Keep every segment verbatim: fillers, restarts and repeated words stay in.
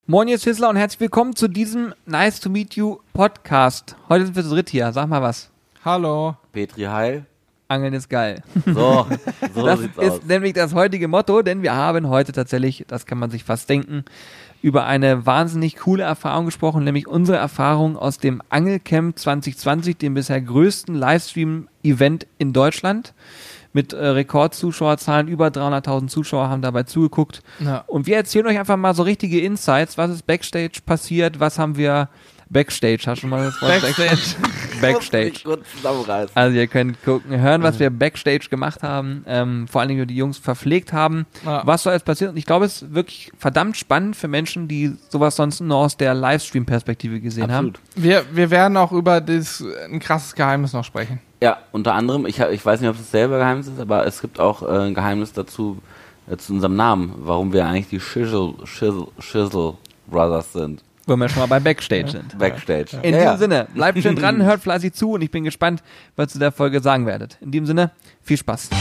Moin, ihr Sizzler und herzlich willkommen zu diesem Nice to Meet You Podcast. Heute sind wir zu dritt hier. Sag mal was. Hallo. Petri Heil. Angeln ist geil. So, so das sieht's ist aus. nämlich das heutige Motto, denn wir haben heute tatsächlich, das kann man sich fast denken, über eine wahnsinnig coole Erfahrung gesprochen, nämlich unsere Erfahrung aus dem Angelcamp zwanzig zwanzig, dem bisher größten Livestream-Event in Deutschland. Mit äh, Rekordzuschauerzahlen, über dreihunderttausend Zuschauer haben dabei zugeguckt. Ja. Und wir erzählen euch einfach mal so richtige Insights, was ist Backstage passiert, was haben wir Backstage, hast du schon mal das Wort Backstage? Backstage. Kurz zusammenreißen. Also ihr könnt gucken, hören, was wir Backstage gemacht haben, ähm, vor allen Dingen, wie die Jungs verpflegt haben, ja. Was so alles passiert. Und ich glaube, es ist wirklich verdammt spannend für Menschen, die sowas sonst nur aus der Livestream-Perspektive gesehen Absolut. haben. Wir, wir werden auch über das, ein krasses Geheimnis noch sprechen. Ja, unter anderem, ich, ich weiß nicht, ob es selber Geheimnis ist, aber es gibt auch äh, ein Geheimnis dazu, äh, zu unserem Namen, warum wir eigentlich die Shizzle, Shizzle, Shizzle Brothers sind. Wo wir schon mal bei Backstage ja. sind. Backstage. In ja, diesem ja. Sinne, bleibt schön dran, hört fleißig zu und ich bin gespannt, was ihr zu der Folge sagen werdet. In diesem Sinne, viel Spaß.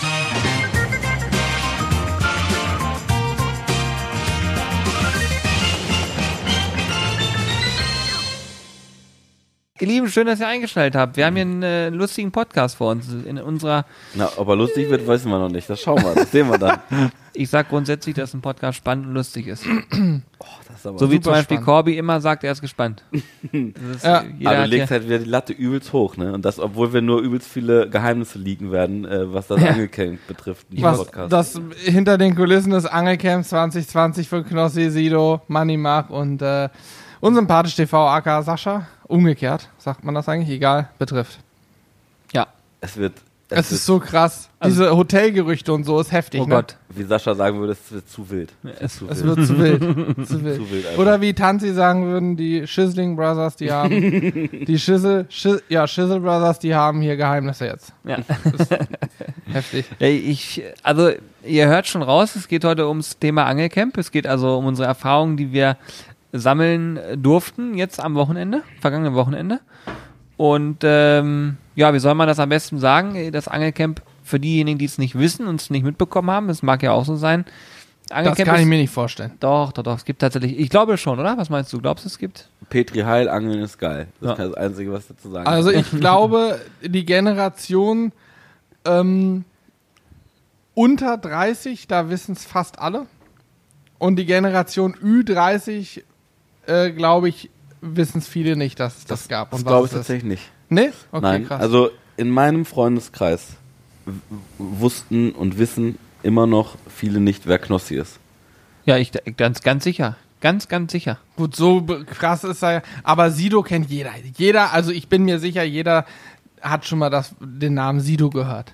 Ihr Lieben, schön, dass ihr eingeschaltet habt. Wir haben hier einen äh, lustigen Podcast vor uns in unserer... Na, ob er lustig wird, wissen wir noch nicht. Das schauen wir, das sehen wir dann. Ich sag grundsätzlich, dass ein Podcast spannend und lustig ist. Oh, das ist aber so wie zum Beispiel spannend. Corby immer sagt, er ist gespannt. Ist, ja. Aber du legst halt wieder die Latte übelst hoch, ne? Und das, obwohl wir nur übelst viele Geheimnisse leaken werden, äh, was das ja. Angelcamp betrifft. Was Podcast. das hinter den Kulissen des Angelcamp zwanzig zwanzig von Knossi, Sido, Money Mark und äh, unsympathisch T V aka Sascha, umgekehrt, sagt man das eigentlich, egal, betrifft. Ja. Es wird... Es, es ist wird, so krass. Also, diese Hotelgerüchte und so ist heftig. Oh ne? Gott. Wie Sascha sagen würde, es wird zu wild. Es, zu es wild. wird zu wild. zu wild. Zu wild Oder wie Tanzi sagen würden, die Shizzling Brothers, die haben, die Shizzle, Shiz, ja, Shizzle Brothers, die haben hier Geheimnisse jetzt. Ja. Heftig. Ja, ich, also, ihr hört schon raus, es geht heute ums Thema Angelcamp. Es geht also um unsere Erfahrungen, die wir sammeln durften, jetzt am Wochenende, vergangenen Wochenende. Und ähm, ja, wie soll man das am besten sagen? Das Angelcamp, für diejenigen, die es nicht wissen und es nicht mitbekommen haben, das mag ja auch so sein. Angelcamp das kann ich mir nicht vorstellen. Doch, doch, doch, es gibt tatsächlich, ich glaube schon, oder? Was meinst du? Glaubst du, es gibt? Petri Heil, Angeln ist geil. Das ja. ist das Einzige, was dazu sagen Also ich glaube, die Generation ähm, unter dreißig, da wissen es fast alle. Und die Generation Ü dreißig, äh, glaube ich, wissen es viele nicht, dass es das, das gab. Das und glaube was ich tatsächlich nicht. Nee? Okay, Nein, krass. also in meinem Freundeskreis w- wussten und wissen immer noch viele nicht, wer Knossi ist. Ja, ich ganz, ganz sicher. Ganz, ganz sicher. Gut, so be- krass ist er. Aber Sido kennt jeder. Jeder, also ich bin mir sicher, jeder hat schon mal das, den Namen Sido gehört.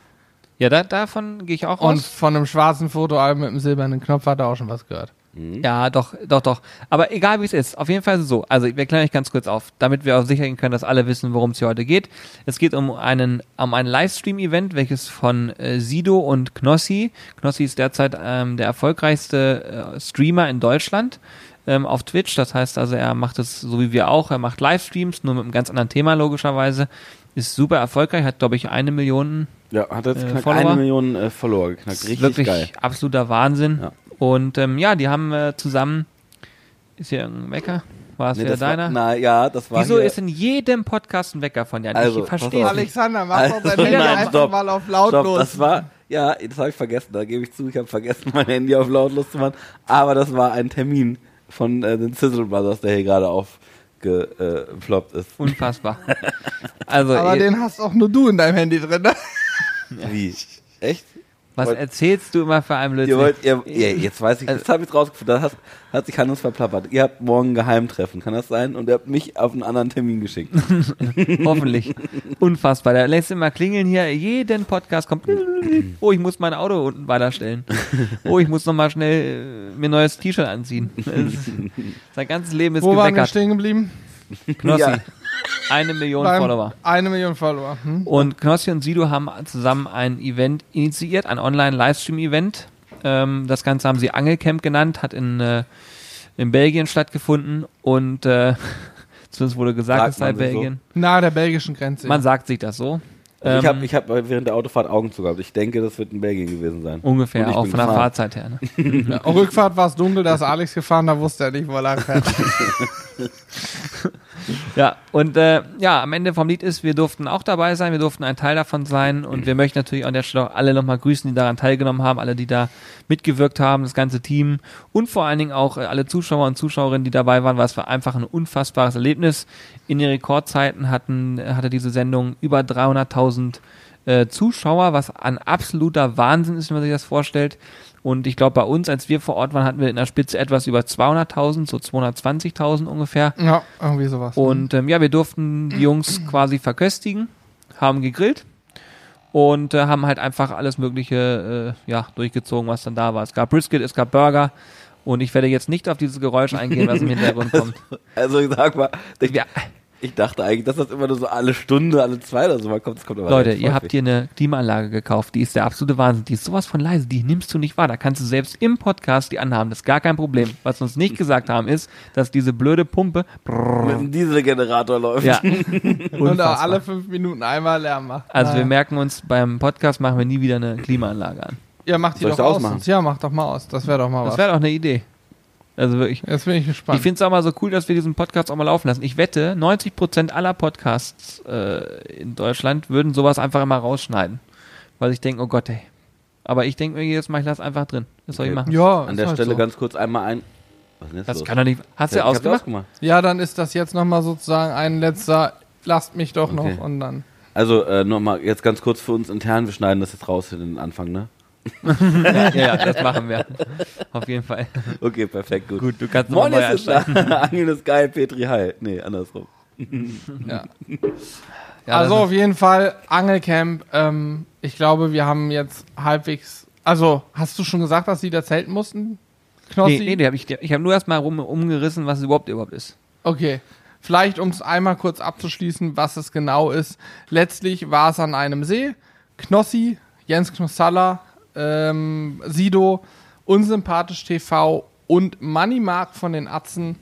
Ja, da, davon gehe ich auch aus. Und von einem schwarzen Fotoalbum mit einem silbernen Knopf hat er auch schon was gehört. Ja, doch, doch, doch. Aber egal wie es ist, auf jeden Fall ist es so. Also wir klären euch ganz kurz auf, damit wir auch sicher gehen können, dass alle wissen, worum es hier heute geht. Es geht um einen, um ein Livestream-Event, welches von äh, Sido und Knossi. Knossi ist derzeit ähm, der erfolgreichste äh, Streamer in Deutschland ähm, auf Twitch. Das heißt also, er macht es so wie wir auch. Er macht Livestreams, nur mit einem ganz anderen Thema logischerweise. Ist super erfolgreich, hat glaube ich eine Million Ja, hat jetzt äh, knapp Follower. eine Million äh, Follower geknackt. Richtig wirklich geil. Absoluter Wahnsinn. Ja. Und ähm, ja, die haben äh, zusammen, ist hier ein Wecker? War es Nee, wieder das war- deiner? Na ja, das war Wieso hier, ist in jedem Podcast ein Wecker von Jan? Also, Ich pass verstehe auf. es nicht. Alexander, mach doch dein Also, Handy nein, einfach stopp. mal auf Stopp, lautlos. das war, ja, das habe ich vergessen, da gebe ich zu, ich habe vergessen, mein Handy auf lautlos zu machen, aber das war ein Termin von äh, den Sizzle Brothers, der hier gerade aufgeploppt ist. Unfassbar. Also, Aber ihr, den hast auch nur du in deinem Handy drin, ne? Wie? Echt? was wollt- erzählst du immer für einen Ihr Blödsinn? wollt, ihr, ja, jetzt weiß ich, Also- jetzt habe ich rausgefunden, da hat, hat sich Hannes verplappert. Ihr habt morgen ein Geheimtreffen, kann das sein? Und ihr habt mich auf einen anderen Termin geschickt. Hoffentlich. Unfassbar. Der lässt immer klingeln hier. Jeden Podcast kommt. Oh, ich muss mein Auto unten weiterstellen. Oh, ich muss nochmal schnell äh, mir ein neues T-Shirt anziehen. Das ist, sein ganzes Leben ist Wo waren wir geweckert. stehen geblieben? Knossi. Ja. Eine Million Beim- Follower. Eine Million Follower. Hm? Und Knossi und Sido haben zusammen ein Event initiiert, ein Online-Livestream-Event. Ähm, das Ganze haben sie Angelcamp genannt, hat in, äh, in Belgien stattgefunden und äh, zumindest wurde gesagt, Sagt es sei man sich so? Belgien. Nahe der belgischen Grenze. Man sagt sich das so. Also ich Ähm, habe ich hab während der Autofahrt Augen zu gehabt. Ich denke, das wird in Belgien gewesen sein. Ungefähr, Und ich auch bin von der gefahren. Fahrzeit her. Ne? Ja, auf Rückfahrt war es dunkel, da ist Alex gefahren, da wusste er nicht, wo er lang fährt. Ja, und äh, ja, am Ende vom Lied ist, wir durften auch dabei sein, wir durften ein Teil davon sein und wir möchten natürlich an der Stelle auch alle nochmal grüßen, die daran teilgenommen haben, alle, die da mitgewirkt haben, das ganze Team und vor allen Dingen auch äh, alle Zuschauer und Zuschauerinnen, die dabei waren, weil es war einfach ein unfassbares Erlebnis. In den Rekordzeiten hatten, hatte diese Sendung über dreihunderttausend äh, Zuschauer, was ein absoluter Wahnsinn ist, wenn man sich das vorstellt. Und ich glaube, bei uns, als wir vor Ort waren, hatten wir in der Spitze etwas über zweihunderttausend, so zweihundertzwanzigtausend ungefähr. Ja, irgendwie sowas. Und ähm, ja, wir durften die Jungs quasi verköstigen, haben gegrillt und äh, haben halt einfach alles Mögliche äh, ja, durchgezogen, was dann da war. Es gab Brisket, es gab Burger und ich werde jetzt nicht auf dieses Geräusch eingehen, was im Hintergrund kommt. Also ich sag mal, ich, Ja. ich dachte eigentlich, dass das immer nur so alle Stunde, alle zwei oder so mal kommt. Das kommt aber Leute, recht ihr häufig. habt hier eine Klimaanlage gekauft, die ist der absolute Wahnsinn. Die ist sowas von leise, die nimmst du nicht wahr. Da kannst du selbst im Podcast die anhaben, das ist gar kein Problem. Was wir uns nicht gesagt haben, ist, dass diese blöde Pumpe mit einem Dieselgenerator läuft. ja, Und auch unfassbar. alle fünf Minuten einmal Lärm macht. Also wir Naja. merken uns, beim Podcast machen wir nie wieder eine Klimaanlage an. Ja, mach die Soll ich doch da aus. ausmachen? sonst. Ja, mach doch mal aus. Das wäre doch mal Das was. wäre doch eine Idee. Also wirklich. Jetzt bin ich gespannt. Ich finde es auch mal so cool, dass wir diesen Podcast auch mal laufen lassen. Ich wette, neunzig Prozent aller Podcasts äh, in Deutschland würden sowas einfach immer rausschneiden. Weil ich denke, oh Gott, ey. Aber ich denke mir jedes Mal, ich lasse einfach drin. Was soll ich Okay. machen? ja, An ist der halt Stelle so. ganz kurz einmal ein... Was ist denn jetzt Das los? kann doch nicht. Hast du Ja, ich hab's ausgemacht? ausgemacht. Ja, dann ist das jetzt nochmal sozusagen ein letzter, lasst mich doch Okay. noch und dann. Also äh, nochmal jetzt ganz kurz für uns intern, wir schneiden das jetzt raus für den Anfang, ne? Ja, ja, das machen wir. Auf jeden Fall. Okay, perfekt, gut. Gut, du kannst nochmal Moin, neu ist es einsteigen. da. Angel ist geil, Petri, hi. Nee, andersrum. Ja. Ja, also das auf jeden Fall Angelcamp. Ähm, ich glaube, wir haben jetzt halbwegs. Also, hast du schon gesagt, dass sie da zelten mussten? Knossi? Nee, nee, die hab ich, ich habe nur erst mal rum, umgerissen, was es überhaupt überhaupt ist. Okay. Vielleicht, um es einmal kurz abzuschließen, was es genau ist. Letztlich war es an einem See. Knossi, Jens Knossalla, ähm, Sido, Unsympathisch T V und Money Mark von den Atzen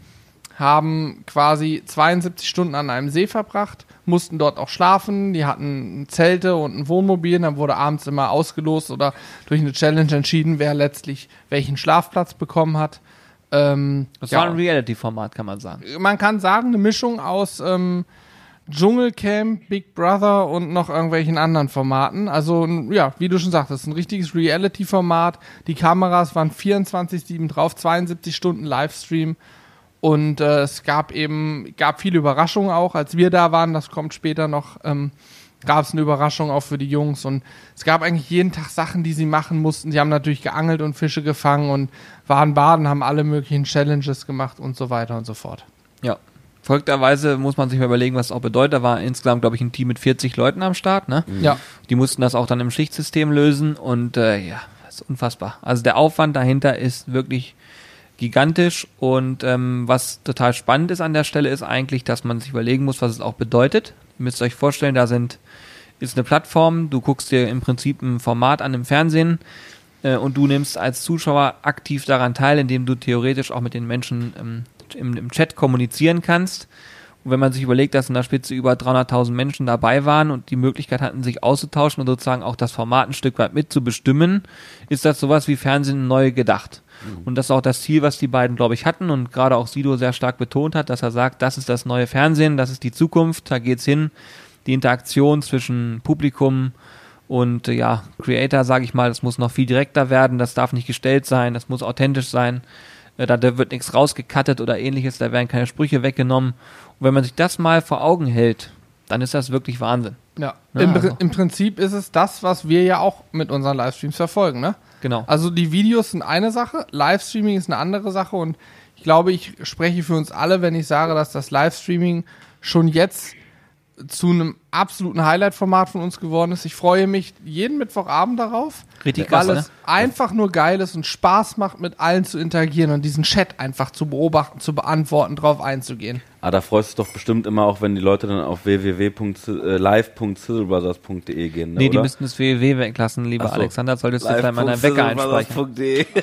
haben quasi zweiundsiebzig Stunden an einem See verbracht, mussten dort auch schlafen, die hatten Zelte und ein Wohnmobil, dann wurde abends immer ausgelost oder durch eine Challenge entschieden, wer letztlich welchen Schlafplatz bekommen hat. Ähm, Das ja. war ein Reality-Format, kann man sagen. Man kann sagen, eine Mischung aus ähm, Dschungelcamp, Big Brother und noch irgendwelchen anderen Formaten. Also, n- ja, wie du schon sagtest, ein richtiges Reality-Format. Die Kameras waren vierundzwanzig sieben drauf, zweiundsiebzig Stunden Livestream. Und äh, es gab eben, gab viele Überraschungen auch. Als wir da waren, das kommt später noch, ähm, gab es eine Überraschung auch für die Jungs. Und es gab eigentlich jeden Tag Sachen, die sie machen mussten. Sie haben natürlich geangelt und Fische gefangen und waren baden, haben alle möglichen Challenges gemacht und so weiter und so fort. Ja. Folgterweise muss man sich mal überlegen, was das auch bedeutet. Da war insgesamt, glaube ich, ein Team mit vierzig Leuten am Start, ne? Ja. Die mussten das auch dann im Schichtsystem lösen und äh, ja, das ist unfassbar. Also der Aufwand dahinter ist wirklich gigantisch und ähm, was total spannend ist an der Stelle ist eigentlich, dass man sich überlegen muss, was es auch bedeutet. Ihr müsst euch vorstellen, da sind ist eine Plattform, du guckst dir im Prinzip ein Format an im Fernsehen äh, und du nimmst als Zuschauer aktiv daran teil, indem du theoretisch auch mit den Menschen ähm, im, im Chat kommunizieren kannst. Und wenn man sich überlegt, dass in der Spitze über dreihunderttausend Menschen dabei waren und die Möglichkeit hatten, sich auszutauschen und sozusagen auch das Format ein Stück weit mitzubestimmen, ist das sowas wie Fernsehen neu gedacht. Und das ist auch das Ziel, was die beiden, glaube ich, hatten und gerade auch Sido sehr stark betont hat, dass er sagt, das ist das neue Fernsehen, das ist die Zukunft, da geht's hin. Die Interaktion zwischen Publikum und äh, ja, Creator, sage ich mal, das muss noch viel direkter werden, das darf nicht gestellt sein, das muss authentisch sein. Äh, da, da wird nichts rausgekattet oder ähnliches, da werden keine Sprüche weggenommen. Und wenn man sich das mal vor Augen hält, dann ist das wirklich Wahnsinn. Ja. Ja, Im, also. Im Prinzip ist es das, was wir ja auch mit unseren Livestreams verfolgen, ne? Genau. Also die Videos sind eine Sache, Livestreaming ist eine andere Sache und ich glaube, ich spreche für uns alle, wenn ich sage, dass das Livestreaming schon jetzt zu einem absoluten Highlight-Format von uns geworden ist. Ich freue mich jeden Mittwochabend darauf, Richtig weil krass, es ne? einfach nur geil ist und Spaß macht, mit allen zu interagieren und diesen Chat einfach zu beobachten, zu beantworten, drauf einzugehen. Ah, da freust du dich doch bestimmt immer auch, wenn die Leute dann auf w w w punkt live punkt sizzlebrothers punkt d e gehen, ne, Nee, die oder? müssten das W W W weglassen, lieber Ach so. Alexander, solltest du vielleicht mal deinen Wecker einspeichern. live punkt sizzlebrothers punkt d e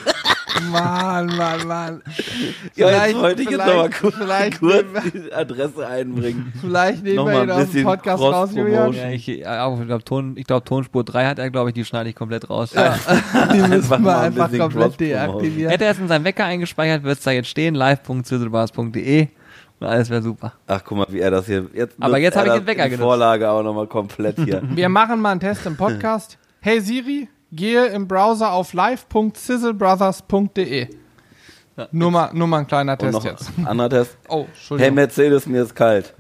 Mann, Mann, Mann. Ja, Vielleicht- jetzt wollte ich jetzt vielleicht- nochmal kurz, vielleicht kurz nehmen die Adresse einbringen. Vielleicht nehmen Nochmal wir ein ihn aus dem bisschen Podcast raus, Julian. Ja, ich ja, ich glaube, Ton, ich glaub, Tonspur drei hat er, glaube ich, die schneide ich komplett raus. Ja, die müssen wir mal ein einfach bisschen komplett Cross-Promotion. deaktivieren. Hätte er es in seinen Wecker eingespeichert, wird es da jetzt stehen, live punkt sizzlebars punkt de und alles wäre super. Ach, guck mal, wie er das hier. Jetzt Aber nutzt jetzt hab er ich das den Wecker in genutzt. Vorlage auch nochmal komplett hier. Wir machen mal einen Test im Podcast. Hey Siri, gehe im Browser auf live punkt sizzlebrothers punkt de. Ja. Nur mal, nur mal ein kleiner Und Test noch jetzt. ein anderer Test. Oh, Hey Entschuldigung. Mercedes, mir ist kalt.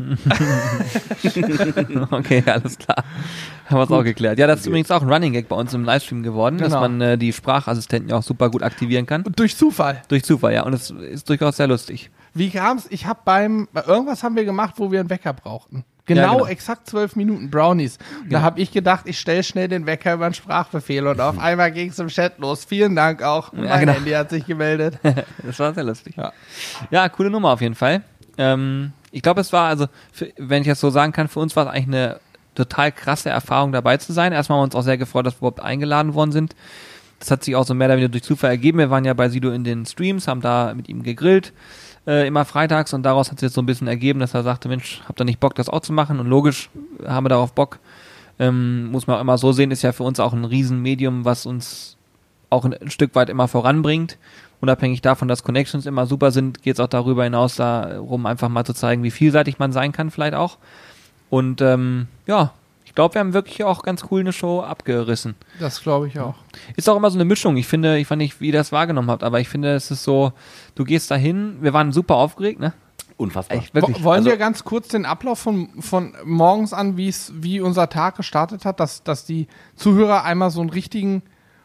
Okay, alles klar. Haben wir es auch geklärt. Ja, das ist übrigens auch ein Running Gag bei uns im Livestream geworden, dass Genau. man äh, die Sprachassistenten ja auch super gut aktivieren kann. Durch Zufall. Durch Zufall, ja. Und es ist durchaus sehr lustig. Wie kam's? Ich habe beim, bei irgendwas haben wir gemacht, wo wir einen Wecker brauchten. Genau, genau. exakt zwölf Minuten Brownies. Da Genau. habe ich gedacht, ich stelle schnell den Wecker über einen Sprachbefehl und auf einmal ging es im Chat los. Vielen Dank auch. Ja, mein genau. Handy hat sich gemeldet. Das war sehr lustig. Ja. Ja, coole Nummer auf jeden Fall. Ähm, ich glaube, es war also, für, wenn ich das so sagen kann, für uns war es eigentlich eine total krasse Erfahrung dabei zu sein. Erstmal haben wir uns auch sehr gefreut, dass wir überhaupt eingeladen worden sind. Das hat sich auch so mehr oder weniger durch Zufall ergeben. Wir waren ja bei Sido in den Streams, haben da mit ihm gegrillt, äh, immer freitags, und daraus hat sich jetzt so ein bisschen ergeben, dass er sagte, Mensch, habt ihr nicht Bock, das auch zu machen? Und logisch haben wir darauf Bock. Ähm, muss man auch immer so sehen, ist ja für uns auch ein Riesenmedium, was uns auch ein, ein Stück weit immer voranbringt. Unabhängig davon, dass Connections immer super sind, geht es auch darüber hinaus darum, einfach mal zu zeigen, wie vielseitig man sein kann vielleicht auch. Und ähm, ja, ich glaube, wir haben wirklich auch ganz cool eine Show abgerissen. Das glaube ich auch. Ist auch immer so eine Mischung. Ich finde, ich fand nicht, wie ihr das wahrgenommen habt, aber ich finde, es ist so, du gehst dahin, wir waren super aufgeregt, ne? Unfassbar. Echt, wirklich. Wo- Wollen Also- wir ganz kurz den Ablauf von, von morgens an, wie's, wie unser Tag gestartet hat, dass, dass die Zuhörer einmal so einen richtigen,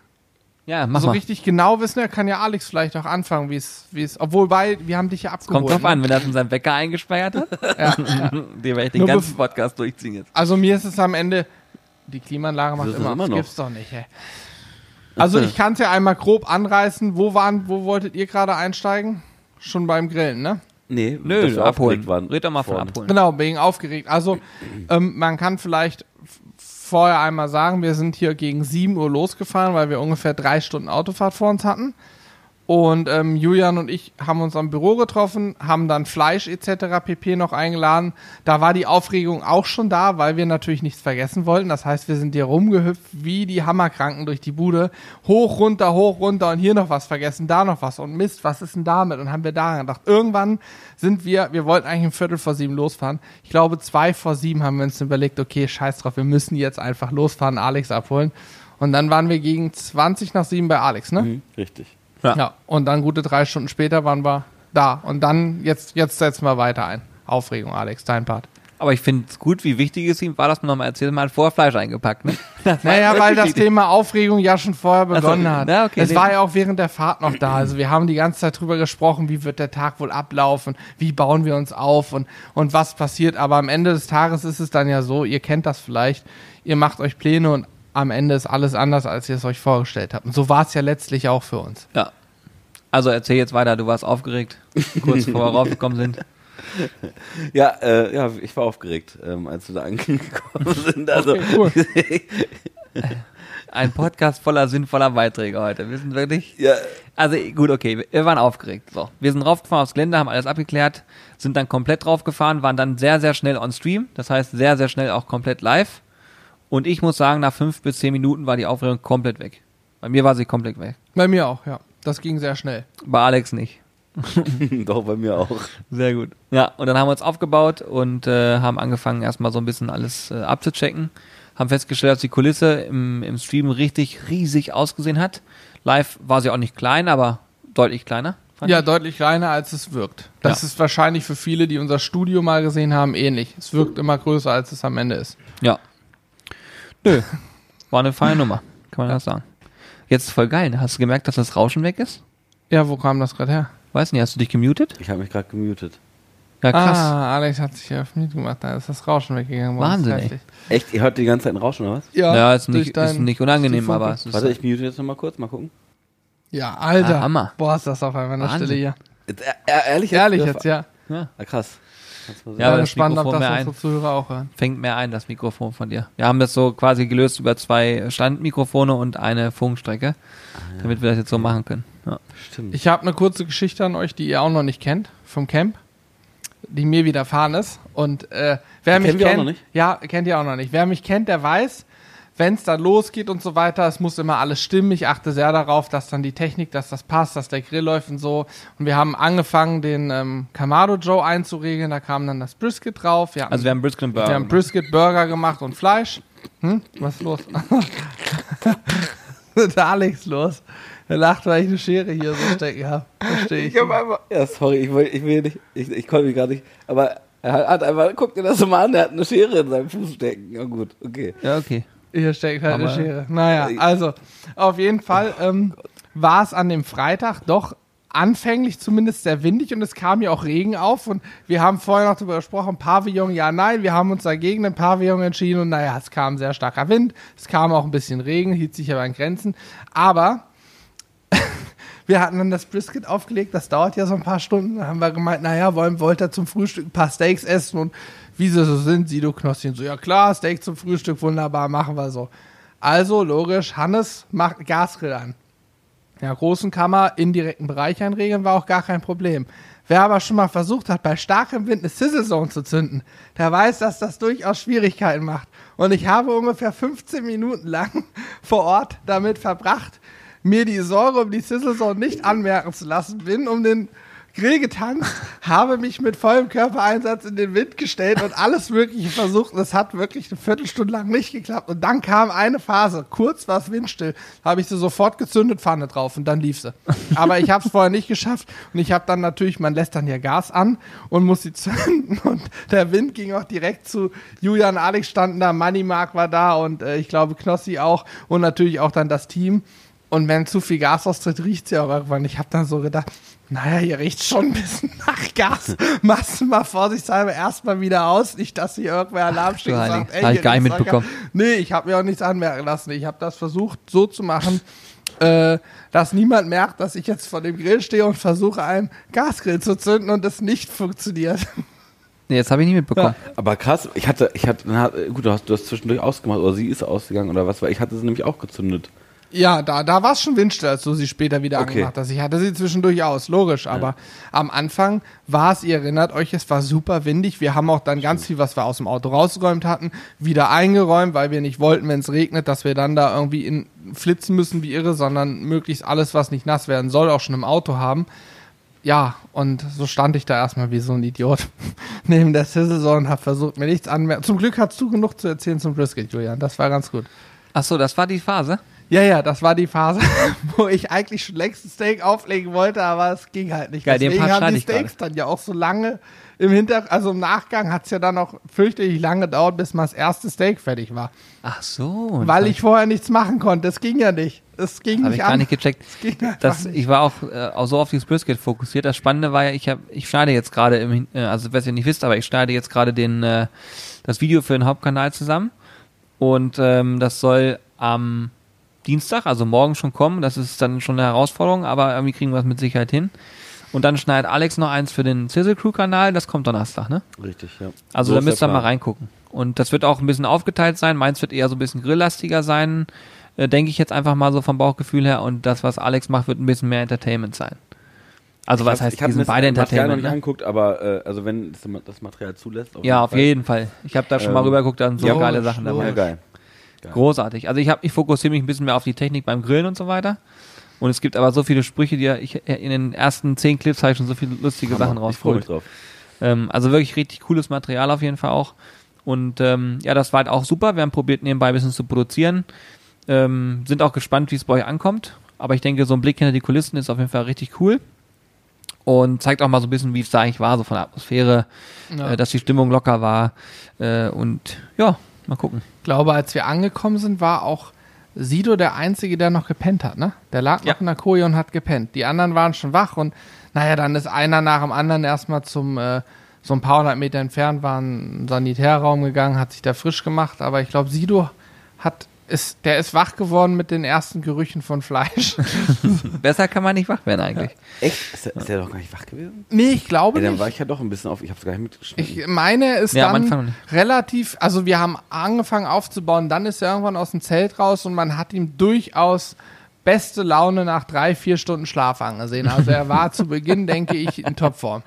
Ja, mach so mal. richtig genau wissen, da kann ja Alex vielleicht auch anfangen, wie es, wie es, obwohl bei, wir haben dich ja abgeholt. Kommt drauf ne? an, wenn er das in seinen Wecker eingespeichert hat, Ja. den werde ich den Nur ganzen bef- Podcast durchziehen jetzt. Also mir ist es am Ende, die Klimaanlage macht Das ist immer, immer das noch. gibt's doch nicht, ey. Also ich kann es ja einmal grob anreißen. Wo waren, wo wolltet ihr gerade einsteigen? Schon beim Grillen, ne? Nee, Nö, dass wir abholen. aufgeregt waren Red doch mal von vorne. abholen. Genau, wegen aufgeregt. Also ähm, man kann vielleicht f- vorher einmal sagen, wir sind hier gegen sieben Uhr losgefahren, weil wir ungefähr drei Stunden Autofahrt vor uns hatten. Und ähm, Julian und ich haben uns am Büro getroffen, haben dann Fleisch et cetera pp. Noch eingeladen. Da war die Aufregung auch schon da, weil wir natürlich nichts vergessen wollten. Das heißt, wir sind hier rumgehüpft wie die Hammerkranken durch die Bude. Hoch, runter, hoch, runter und hier noch was vergessen, da noch was. Und Mist, was ist denn damit? Und haben wir daran gedacht. Irgendwann sind wir, wir wollten eigentlich um Viertel vor sieben losfahren. Ich glaube, zwei vor sieben haben wir uns überlegt, okay, scheiß drauf, wir müssen jetzt einfach losfahren, Alex abholen. Und dann waren wir gegen zwanzig nach sieben bei Alex, ne? Mhm, richtig. Ja. Ja, und dann gute drei Stunden später waren wir da. Und dann, jetzt, jetzt setzen wir weiter ein. Aufregung, Alex, dein Part. Aber ich finde es gut, wie wichtig es ihm war, dass man nochmal erzählt, man hat vorher Fleisch eingepackt, ne? Das war Naja, wirklich weil das wichtig. Thema Aufregung ja schon vorher begonnen so, hat. na, okay, es nee. war ja auch während der Fahrt noch da. Also wir haben die ganze Zeit drüber gesprochen, wie wird der Tag wohl ablaufen, wie bauen wir uns auf und, und was passiert. Aber am Ende des Tages ist es dann ja so, ihr kennt das vielleicht, ihr macht euch Pläne und am Ende ist alles anders, als ihr es euch vorgestellt habt. Und so war es ja letztlich auch für uns. Ja. Also erzähl jetzt weiter, du warst aufgeregt, kurz bevor wir raufgekommen sind. Ja, äh, ja, ich war aufgeregt, ähm, als wir da angekommen sind. Also, Okay, cool. Ein Podcast voller sinnvoller Beiträge heute. Wir sind wirklich. ja, Also gut, okay, wir waren aufgeregt. So, wir sind raufgefahren aufs Gelände, haben alles abgeklärt, sind dann komplett draufgefahren, waren dann sehr, sehr schnell on Stream. Das heißt, sehr, sehr schnell auch komplett live. Und ich muss sagen, nach fünf bis zehn Minuten war die Aufregung komplett weg. Bei mir war sie komplett weg. Bei mir auch, ja. Das ging sehr schnell. Bei Alex nicht. doch bei mir auch. Sehr gut. Ja, und dann haben wir uns aufgebaut und äh, haben angefangen, erstmal so ein bisschen alles äh, abzuchecken. Haben festgestellt, dass die Kulisse im, im Stream richtig riesig ausgesehen hat. Live war sie auch nicht klein, aber deutlich kleiner. fand Ja, ich. deutlich kleiner, als es wirkt. Das Ja. ist wahrscheinlich für viele, die unser Studio mal gesehen haben, ähnlich. Es wirkt immer größer, als es am Ende ist. Ja. Nö. War eine feine Nummer, kann man das sagen. Jetzt ist voll geil, ne? Hast du gemerkt, dass das Rauschen weg ist? Ja, wo kam das gerade her? Weiß nicht, hast du dich gemutet? Ich habe mich gerade gemutet. Ja, krass. Ah, Alex hat sich auf Mute gemacht, da ist das Rauschen weggegangen. Boah, das ist Wahnsinn, ey. heftig. Echt? Ihr hört die ganze Zeit ein Rauschen, oder was? Ja, Ja, ist durch nicht, ist dein- nicht unangenehm, die Funke. aber es ist Warte, ich mute jetzt nochmal kurz, mal gucken. Ja, Alter. Ah, Hammer. Boah, ist das auf einmal eine Wahnsinn. Stille hier. Jetzt, äh, äh, ehrlich jetzt? Ehrlich jetzt, ja. ja. Ah, krass. Kannst du mal Ja, aber bin das gespannt, ob Mikrofon das mehr unsere Zuhörer auch hören. Fängt mehr ein, das Mikrofon von dir. Wir haben das so quasi gelöst über zwei Standmikrofone und eine Funkstrecke, Ah, ja. damit wir das jetzt so machen können. Ja. Stimmt. Ich habe eine kurze Geschichte an euch, die ihr auch noch nicht kennt, vom Camp, die mir widerfahren ist. Und äh, wer Die mich kennen wir auch kennt, noch nicht? ja, kennt ihr auch noch nicht. Wer mich kennt, der weiß, wenn es dann losgeht und so weiter, es muss immer alles stimmen. Ich achte sehr darauf, dass dann die Technik, dass das passt, dass der Grill läuft und so. Und wir haben angefangen, den ähm, Kamado Joe einzuregeln. Da kam dann das Brisket drauf. Wir hatten, Also wir haben Brisket und Burger. wir haben Brisket, Burger gemacht und Fleisch. Hm? Was ist los? Der Alex los. Er lacht, weil ich eine Schere hier so stecken habe. Verstehe ich. Ich hab einfach, ja, sorry, ich, will, ich will nicht, ich, ich konnte mich gar nicht, aber er hat einfach, guck dir das so mal an, der hat eine Schere in seinem Fuß stecken. Ja gut, okay. Ja, okay. Hier steckt halt Aber- eine Schere. Naja, also auf jeden Fall ähm, war es an dem Freitag doch anfänglich zumindest sehr windig und es kam ja auch Regen auf und wir haben vorher noch darüber gesprochen, Pavillon, ja, nein, wir haben uns dagegen den Pavillon entschieden und naja, es kam sehr starker Wind, es kam auch ein bisschen Regen, hielt sich aber in Grenzen, aber wir hatten dann das Brisket aufgelegt, das dauert ja so ein paar Stunden, da haben wir gemeint, naja, wollen, wollt ihr zum Frühstück ein paar Steaks essen und wie sie so sind, Sido Knosschen so, ja klar, Steak zum Frühstück, wunderbar, machen wir so. Also, logisch, Hannes macht Gasgrill an. Ja, großen Kammer, indirekten Bereich einregeln, war auch gar kein Problem. Wer aber schon mal versucht hat, bei starkem Wind eine Sizzle Zone zu zünden, der weiß, dass das durchaus Schwierigkeiten macht. Und ich habe ungefähr fünfzehn Minuten lang vor Ort damit verbracht, mir die Säure um die Sizzle Zone nicht anmerken zu lassen, bin um den Grill getankt, habe mich mit vollem Körpereinsatz in den Wind gestellt und alles Mögliche versucht. Und es hat wirklich eine Viertelstunde lang nicht geklappt. Und dann kam eine Phase, kurz war es windstill, habe ich sie sofort gezündet, Pfanne drauf und dann lief sie. Aber ich habe es vorher nicht geschafft und ich habe dann natürlich, man lässt dann ja Gas an und muss sie zünden und der Wind ging auch direkt zu Julian, Alex standen da, Money Mark war da und äh, ich glaube Knossi auch und natürlich auch dann das Team. Und wenn zu viel Gas austritt, riecht es ja auch irgendwann. Ich habe dann so gedacht, naja, hier riecht schon ein bisschen nach Gas. Machst du mal vorsichtshalber erstmal wieder aus. Nicht, dass hier irgendwer Alarm steht und sagt, ey, hab ich hier gar nicht riecht's nach mitbekommen. Gas. Nee, ich habe mir auch nichts anmerken lassen. Ich habe das versucht so zu machen, äh, dass niemand merkt, dass ich jetzt vor dem Grill stehe und versuche, einen Gasgrill zu zünden und es nicht funktioniert. Nee, jetzt habe ich nicht mitbekommen. Aber krass, ich hatte, ich hatte, na, gut, du hast, du hast zwischendurch ausgemacht oder sie ist ausgegangen oder was, weil ich hatte sie nämlich auch gezündet. Ja, da, da war es schon windstill, als du sie später wieder Okay. angemacht hast. Ich hatte sie zwischendurch aus, logisch, aber ja. Am Anfang war es, ihr erinnert euch, es war super windig. Wir haben auch dann ganz viel, was wir aus dem Auto rausgeräumt hatten, wieder eingeräumt, weil wir nicht wollten, wenn es regnet, dass wir dann da irgendwie in, flitzen müssen wie irre, sondern möglichst alles, was nicht nass werden soll, auch schon im Auto haben. Ja, und so stand ich da erstmal wie so ein Idiot neben der Sizzle Zone und habe versucht, mir nichts anmerken. Zum Glück hast du genug zu erzählen zum Brisket, Julian. Das war ganz gut. Ach so, das war die Phase? Ja, ja, das war die Phase, wo ich eigentlich schon längst ein Steak auflegen wollte, aber es ging halt nicht. Geil, den Deswegen Part haben die schneide ich Steaks dann ja auch so lange im Hintergrund, also im Nachgang hat es ja dann auch fürchterlich lange gedauert, bis mal das erste Steak fertig war. Ach so. Weil ich vorher nichts machen konnte. Es ging ja nicht. Es ging habe nicht ich gar an. nicht gecheckt. Es ging einfach Das, nicht. ich war auch, äh, auch so auf dieses Brisket fokussiert. Das Spannende war ja, ich hab, ich schneide jetzt gerade im, Hin- äh, also was ihr nicht wisst, aber ich schneide jetzt gerade den, äh, das Video für den Hauptkanal zusammen. Und ähm, das soll am Dienstag, also morgen schon kommen. Das ist dann schon eine Herausforderung, aber irgendwie kriegen wir es mit Sicherheit hin. Und dann schneidet Alex noch eins für den Sizzle Crew Kanal. Das kommt Donnerstag, ne? Richtig, ja. Also So da ist müsst der ihr mal Plan. reingucken. Und das wird auch ein bisschen aufgeteilt sein. Meins wird eher so ein bisschen grilllastiger sein, äh, denke ich jetzt einfach mal so vom Bauchgefühl her. Und das, was Alex macht, wird ein bisschen mehr Entertainment sein. Also Ich was hab- heißt, ich hab die sind mir das beide Material noch Entertainment, nicht ne? angeguckt, aber äh, also wenn das, das Material zulässt. Ja, auf jeden Fall. Ich habe da schon mal Ähm, rübergeguckt, da sind so ja, geile logisch, Sachen Ja, dabei. geil. Großartig. Also ich habe, ich fokussiere mich ein bisschen mehr auf die Technik beim Grillen und so weiter. Und es gibt aber so viele Sprüche, die ich in den ersten zehn Clips habe ich schon so viele lustige Sachen Hammer. Ich freue mich rausgeholt. drauf. Ähm, also wirklich richtig cooles Material auf jeden Fall auch. Und ähm, ja, das war halt auch super. Wir haben probiert, nebenbei ein bisschen zu produzieren. Ähm, sind auch gespannt, wie es bei euch ankommt. Aber ich denke, so ein Blick hinter die Kulissen ist auf jeden Fall richtig cool. Und zeigt auch mal so ein bisschen, wie es da eigentlich war, so von der Atmosphäre, Ja. äh, dass die Stimmung locker war. Äh, und ja, mal gucken. Ich glaube, als wir angekommen sind, war auch Sido der Einzige, der noch gepennt hat, ne? Der lag Ja. noch in der Koje und hat gepennt. Die anderen waren schon wach und naja, dann ist einer nach dem anderen erstmal zum, äh, so ein paar hundert Meter entfernt, war ein Sanitärraum gegangen, hat sich da frisch gemacht, aber ich glaube, Sido hat ist, der ist wach geworden mit den ersten Gerüchen von Fleisch. Besser kann man nicht wach werden eigentlich. Ja. Echt? Ist der, ist der doch gar nicht wach gewesen? Nee, ich glaube Ja, dann nicht. war ich ja doch ein bisschen auf, ich hab's gar nicht mitgeschnitten. Ich meine, er ist Ja, am Anfang dann nicht. relativ, also wir haben angefangen aufzubauen, dann ist er irgendwann aus dem Zelt raus und man hat ihm durchaus beste Laune nach drei, vier Stunden Schlaf angesehen. Also er war zu Beginn, denke ich, in Topform.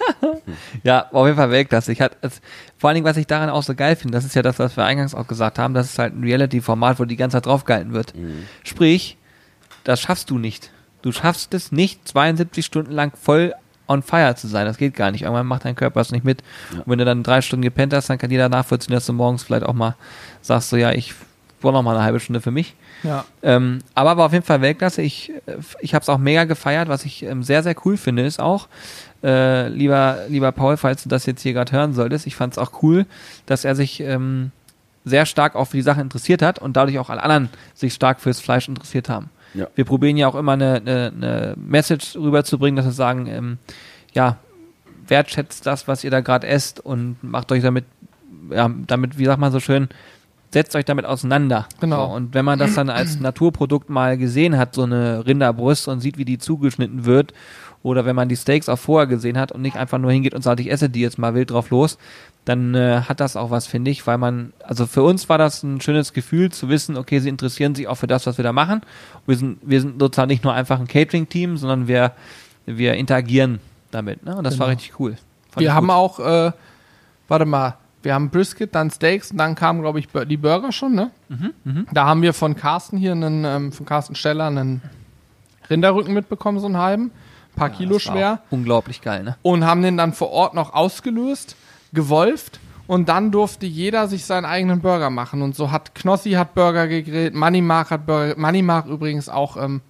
Ja, auf jeden Fall Weltklasse. Ich hatte, es, vor allen Dingen, was ich daran auch so geil finde, das ist ja das, was wir eingangs auch gesagt haben, das ist halt ein Reality-Format, wo die ganze Zeit draufgehalten wird. Mhm. Sprich, das schaffst du nicht. Du schaffst es nicht, zweiundsiebzig Stunden lang voll on fire zu sein. Das geht gar nicht. Irgendwann macht dein Körper es nicht mit. Ja. Und wenn du dann drei Stunden gepennt hast, dann kann jeder nachvollziehen, dass du morgens vielleicht auch mal sagst, so ja, ich brauche noch mal eine halbe Stunde für mich. Ja. Ähm, aber war auf jeden Fall Weltklasse. Ich, äh, ich habe es auch mega gefeiert. Was ich ähm, sehr, sehr cool finde, ist auch, äh, lieber, lieber Paul, falls du das jetzt hier gerade hören solltest, ich fand es auch cool, dass er sich ähm, sehr stark auch für die Sache interessiert hat und dadurch auch alle anderen sich stark fürs Fleisch interessiert haben. Ja. Wir probieren ja auch immer eine, eine, eine Message rüberzubringen, dass wir sagen, ähm, ja, wertschätzt das, was ihr da gerade esst und macht euch damit, ja, damit, wie sagt man so schön, setzt euch damit auseinander. Genau. So, und wenn man das dann als Naturprodukt mal gesehen hat, so eine Rinderbrust und sieht, wie die zugeschnitten wird, oder wenn man die Steaks auch vorher gesehen hat und nicht einfach nur hingeht und sagt, ich esse die jetzt mal wild drauf los, dann äh, hat das auch was, finde ich, weil man, also für uns war das ein schönes Gefühl zu wissen, okay, sie interessieren sich auch für das, was wir da machen. Wir sind, wir sind sozusagen nicht nur einfach ein Catering-Team, sondern wir, wir interagieren damit, ne? Und das Genau. war richtig cool. Fand Wir ich haben gut. auch, äh, warte mal, wir haben Brisket, dann Steaks und dann kamen, glaube ich, Bur- die Burger schon, ne? Mhm, Da haben wir von Carsten hier, einen, ähm, von Carsten Steller, einen Rinderrücken mitbekommen, so einen halben, ein paar Kilo Das war schwer. auch unglaublich geil, ne? Und haben den dann vor Ort noch ausgelöst, gewolft und dann durfte jeder sich seinen eigenen Burger machen. Und so hat Knossi hat Burger gegrillt, Money Mark hat Burger, Money Mark übrigens auch ähm,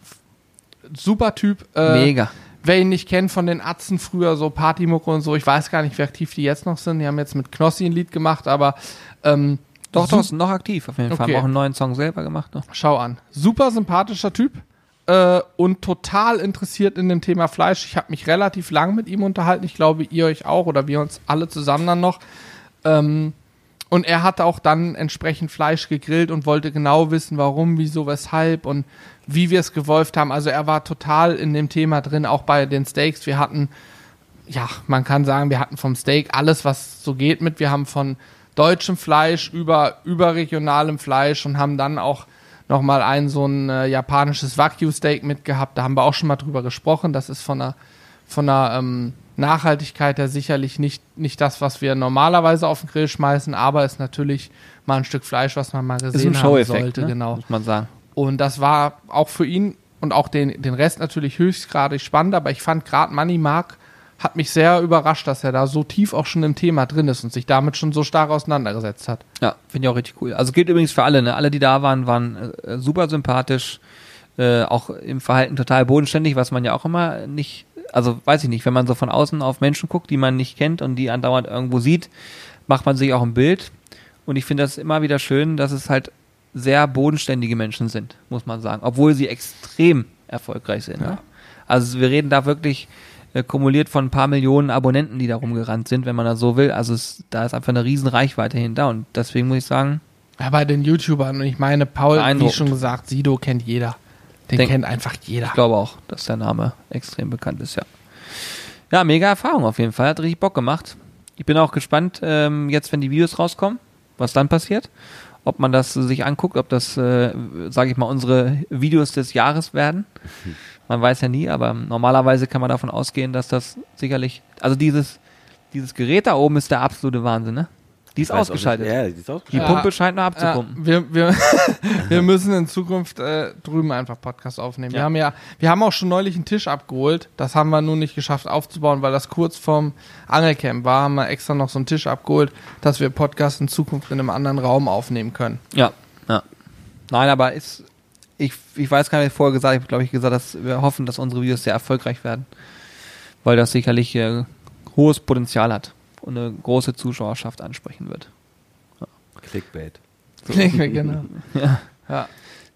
super Typ. Äh, Mega. Wer ihn nicht kennt von den Atzen früher, so Partymucke und so, ich weiß gar nicht, wie aktiv die jetzt noch sind. Die haben jetzt mit Knossi ein Lied gemacht, aber ähm, Doch, sup- doch, ist noch aktiv auf jeden Fall. Okay. Haben auch einen neuen Song selber gemacht noch. Schau an. Super sympathischer Typ äh, und total interessiert in dem Thema Fleisch. Ich habe mich relativ lang mit ihm unterhalten. Ich glaube, ihr euch auch oder wir uns alle zusammen dann noch. Ähm, und er hatte auch dann entsprechend Fleisch gegrillt und wollte genau wissen, warum, wieso, weshalb und wie wir es gewolft haben. Also er war total in dem Thema drin, auch bei den Steaks. Wir hatten, ja, man kann sagen, wir hatten vom Steak alles, was so geht mit. Wir haben von deutschem Fleisch über überregionalem Fleisch und haben dann auch nochmal ein so ein äh, japanisches Wagyu-Steak mitgehabt. Da haben wir auch schon mal drüber gesprochen. Das ist von einer, von einer ähm, Nachhaltigkeit her sicherlich nicht, nicht das, was wir normalerweise auf den Grill schmeißen, aber ist natürlich mal ein Stück Fleisch, was man mal Ist ein gesehen haben Show-Effekt, sollte. ne? Genau. Muss man sagen. Und das war auch für ihn und auch den, den Rest natürlich höchstgradig spannend, aber ich fand gerade Money Mark hat mich sehr überrascht, dass er da so tief auch schon im Thema drin ist und sich damit schon so stark auseinandergesetzt hat. Ja, finde ich auch richtig cool. Also gilt übrigens für alle, ne? Alle, die da waren, waren äh, super sympathisch, äh, auch im Verhalten total bodenständig, was man ja auch immer nicht, also weiß ich nicht, wenn man so von außen auf Menschen guckt, die man nicht kennt und die andauernd irgendwo sieht, macht man sich auch ein Bild. Und ich finde das immer wieder schön, dass es halt sehr bodenständige Menschen sind, muss man sagen, obwohl sie extrem erfolgreich sind. Ja. Ne? Also wir reden da wirklich äh, kumuliert von ein paar Millionen Abonnenten, die da rumgerannt sind, wenn man das so will. Also es, da ist einfach eine riesen Reichweite hinter und deswegen muss ich sagen, Ja, bei den YouTubern, und ich meine, Paul, wie Beeindruckend. schon gesagt, Sido kennt jeder. Den Denk- kennt einfach jeder. ich glaube auch, dass der Name extrem bekannt ist, ja. Ja, mega Erfahrung auf jeden Fall, hat richtig Bock gemacht. Ich bin auch gespannt, ähm, jetzt wenn die Videos rauskommen, was dann passiert. Ob man das sich anguckt, ob das, äh, sage ich mal, unsere Videos des Jahres werden. Man weiß ja nie, aber normalerweise kann man davon ausgehen, dass das sicherlich, also dieses, dieses Gerät da oben ist der absolute Wahnsinn, ne? Die ist Ich weiß auch ausgeschaltet. nicht. Ja, die ist Die ausgeschaltet. Ja. Pumpe scheint nur Ja, abzupumpen. wir, wir, wir müssen in Zukunft äh, drüben einfach Podcast aufnehmen. Wir Ja. haben ja, wir haben auch schon neulich einen Tisch abgeholt. Das haben wir nur nicht geschafft aufzubauen, weil das kurz vorm Angelcamp war. Haben wir extra noch so einen Tisch abgeholt, dass wir Podcast in Zukunft in einem anderen Raum aufnehmen können. Ja, ja. Nein, aber ist, ich, ich weiß gar nicht, vorher gesagt, ich habe glaube ich gesagt, dass wir hoffen, dass unsere Videos sehr erfolgreich werden. Weil das sicherlich äh, hohes Potenzial hat und eine große Zuschauerschaft ansprechen wird. Clickbait. genau. Ja. Ja.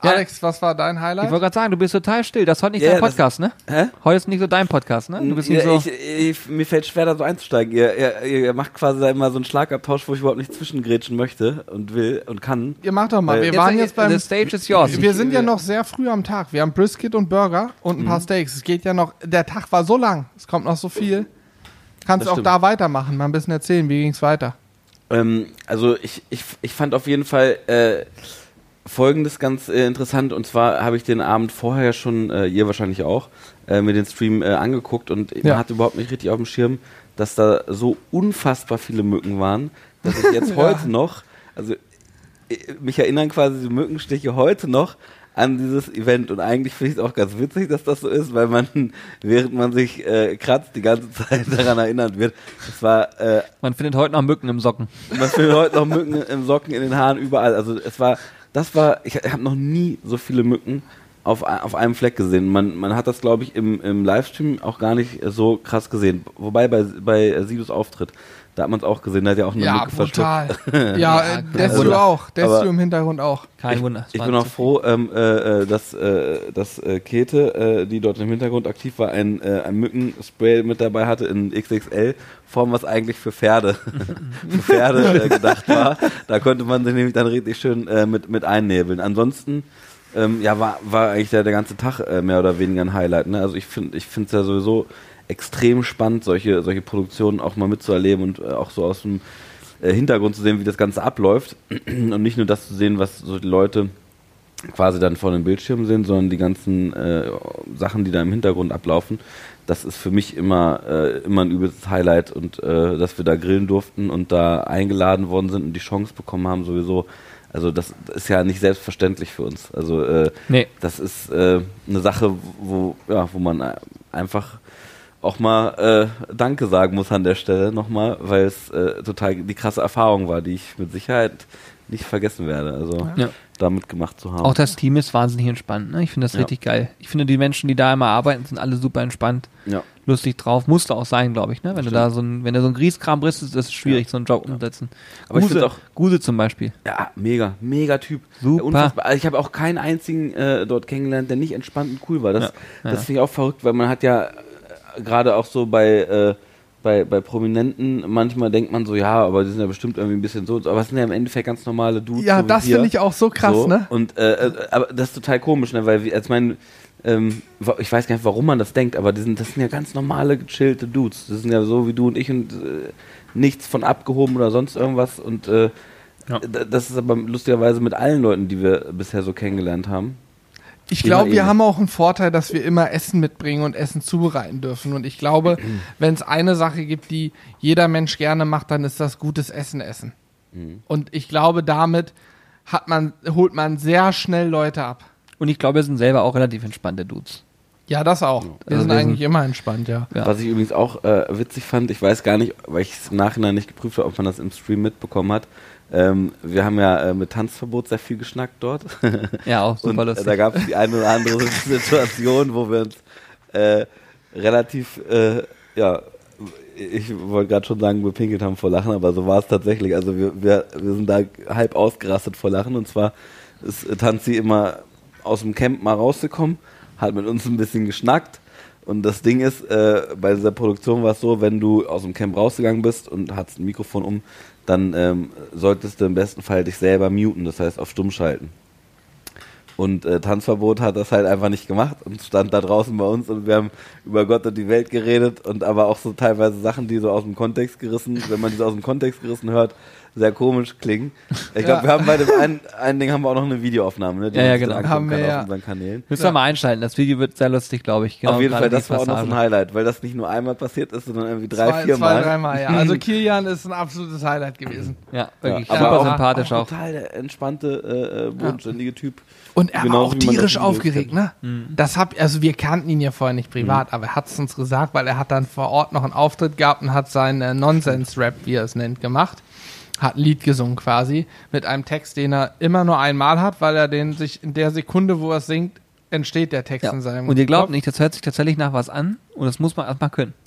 Ja. Alex, was war dein Highlight? Ich wollte gerade sagen, du bist total still. Das ist heute nicht Ja, dein das- Podcast, ne? Hä? Heute ist nicht so dein Podcast, ne? Du bist nicht ja, so. ich, ich, mir fällt schwer, da so einzusteigen. Ihr, ihr, ihr macht quasi da immer so einen Schlagabtausch, wo ich überhaupt nicht zwischengrätschen möchte und will und kann. Ihr macht doch mal. Weil- Wir waren jetzt beim... The stage is yours. Wir sind ja noch sehr früh am Tag. Wir haben Brisket und Burger und ein paar Mhm. Steaks. Es geht ja noch... Der Tag war so lang. Es kommt noch so viel. Kannst Das auch stimmt. da weitermachen. Mal ein bisschen erzählen. Wie ging's weiter? Ähm, also ich, ich, ich fand auf jeden Fall äh, Folgendes ganz äh, interessant, und zwar habe ich den Abend vorher schon, äh, ihr wahrscheinlich auch, äh, mir den Stream äh, angeguckt, und Ja. man hatte überhaupt nicht richtig auf dem Schirm, dass da so unfassbar viele Mücken waren, dass ich jetzt Ja. heute noch, also äh, mich erinnern quasi die Mückenstiche heute noch an dieses Event, und eigentlich finde ich es auch ganz witzig, dass das so ist, weil man, während man sich äh, kratzt, die ganze Zeit daran erinnert wird. Es war äh, Man findet heute noch Mücken im Socken. man findet heute noch Mücken im Socken, in den Haaren, überall. Also es war, das war, ich habe noch nie so viele Mücken auf, auf einem Fleck gesehen. Man, man hat das, glaube ich, im, im Livestream auch gar nicht so krass gesehen. Wobei bei, bei Sidos Auftritt, da hat man es auch gesehen, da hat ja auch eine Ja, Mücke verschluckt. brutal. ja, äh, Destio Also, auch. Destio aber- im Hintergrund auch. Kein Wunder. Ich bin auch froh, ähm, äh, äh, dass, äh, dass äh, Käthe, äh, die dort im Hintergrund aktiv war, ein, äh, ein Mückenspray mit dabei hatte in X X L-Form, was eigentlich für Pferde, für Pferde äh, gedacht war. Da konnte man sich nämlich dann richtig schön äh, mit, mit einnebeln. Ansonsten ähm, ja, war, war eigentlich der, der ganze Tag äh, mehr oder weniger ein Highlight. Ne? Also ich finde ich finde es ja sowieso extrem spannend, solche, solche Produktionen auch mal mitzuerleben und äh, auch so aus dem äh, Hintergrund zu sehen, wie das Ganze abläuft, und nicht nur das zu sehen, was so die Leute quasi dann vor dem Bildschirm sehen, sondern die ganzen äh, Sachen, die da im Hintergrund ablaufen. Das ist für mich immer, äh, immer ein übelstes Highlight, und äh, dass wir da grillen durften und da eingeladen worden sind und die Chance bekommen haben sowieso. Also das ist ja nicht selbstverständlich für uns. Also äh, Nee. das ist äh, eine Sache, wo, ja, wo man äh, einfach auch mal äh, Danke sagen muss an der Stelle nochmal, weil es äh, total die krasse Erfahrung war, die ich mit Sicherheit nicht vergessen werde. Also Ja. da mitgemacht zu haben. Auch das Team ist wahnsinnig entspannt. Ne? Ich finde das Ja. richtig geil. Ich finde, die Menschen, die da immer arbeiten, sind alle super entspannt, Ja. lustig drauf. Musste auch sein, glaube ich. Ne? Wenn du Stimmt. da so ein, wenn du so ein Grieskram bist, ist es schwierig, Ja. so einen Job umzusetzen. Aber ich Guse, find's auch- Guse zum Beispiel. Ja, mega, mega Typ. Super. Unfassbar. Also ich habe auch keinen einzigen äh, dort kennengelernt, der nicht entspannt und cool war. Das, Ja, ja. das finde ich auch verrückt, weil man hat ja äh, gerade auch so bei, äh, bei, bei Prominenten, manchmal denkt man so, ja, aber die sind ja bestimmt irgendwie ein bisschen so, aber es sind ja im Endeffekt ganz normale Dudes. Ja, so wie das wir. finde ich auch so krass, so. ne? Und äh, äh, aber das ist total komisch, ne? Weil wir, als mein, ähm, wa- ich weiß gar nicht, warum man das denkt, aber die sind, das sind ja ganz normale, gechillte Dudes. Das sind ja so wie du und ich, und äh, nichts von abgehoben oder sonst irgendwas. Und äh, Ja. d- das ist aber lustigerweise mit allen Leuten, die wir bisher so kennengelernt haben. Ich Immer glaube, wir ähnlich. haben auch einen Vorteil, dass wir immer Essen mitbringen und Essen zubereiten dürfen. Und ich glaube, wenn es eine Sache gibt, die jeder Mensch gerne macht, dann ist das gutes Essen essen. Mhm. Und ich glaube, damit hat man, holt man sehr schnell Leute ab. Und ich glaube, wir sind selber auch relativ entspannte Dudes. Ja, das auch. Wir Also sind wir eigentlich sind- immer entspannt, ja. Ja. Was ich übrigens auch äh, witzig fand, ich weiß gar nicht, weil ich es im Nachhinein nicht geprüft habe, ob man das im Stream mitbekommen hat. Ähm, wir haben ja äh, mit Tanzverbot sehr viel geschnackt dort. Ja, auch Und super äh, lustig. da gab es die eine oder andere Situation, wo wir uns äh, relativ, äh, ja, ich wollte gerade schon sagen, bepinkelt haben vor Lachen, aber so war es tatsächlich. Also wir, wir, wir sind da halb ausgerastet vor Lachen, und zwar ist äh, Tanzi immer aus dem Camp mal rausgekommen, hat mit uns ein bisschen geschnackt. Und das Ding ist, äh, bei dieser Produktion war es so, wenn du aus dem Camp rausgegangen bist und hattest ein Mikrofon um, dann ähm, solltest du im besten Fall dich selber muten, das heißt auf stumm schalten. Und äh, Tanzverbot hat das halt einfach nicht gemacht und stand da draußen bei uns, und wir haben über Gott und die Welt geredet, und aber auch so teilweise Sachen, die so aus dem Kontext gerissen, wenn man die so aus dem Kontext gerissen hört, sehr komisch klingen. Ich glaube, Ja. wir haben bei dem einen, einen Ding haben wir auch noch eine Videoaufnahme, ne, die Ja, ja, man sich genau. dann angucken Haben wir, kann ja. auf unseren Kanälen. Müssen wir mal einschalten. Das Video wird sehr lustig, glaube ich. Genau, auf jeden gerade Fall, das die war auch noch so ein Passage. Highlight, weil das nicht nur einmal passiert ist, sondern irgendwie drei, zwei, vier zwei, Mal. dreimal, ja. Also Kilian ist ein absolutes Highlight gewesen. Ja, wirklich. Ja, super aber auch, sympathisch auch. Total der entspannte, äh, äh, bodenständige Typ. Und er Genauso war auch wie man tierisch das Video aufgeregt, kennt. ne? Mhm. Das hab, also wir kannten ihn ja vorher nicht privat, aber er hat es uns gesagt, weil er hat dann vor Ort noch einen Auftritt gehabt und hat seinen äh, Nonsens-Rap, wie er es nennt, gemacht. Hat ein Lied gesungen quasi, mit einem Text, den er immer nur einmal hat, weil er den sich in der Sekunde, wo er es singt, entsteht der Text Ja. in seinem Und ihr glaubt Kopf. nicht, das hört sich tatsächlich nach was an, und das muss man erstmal können.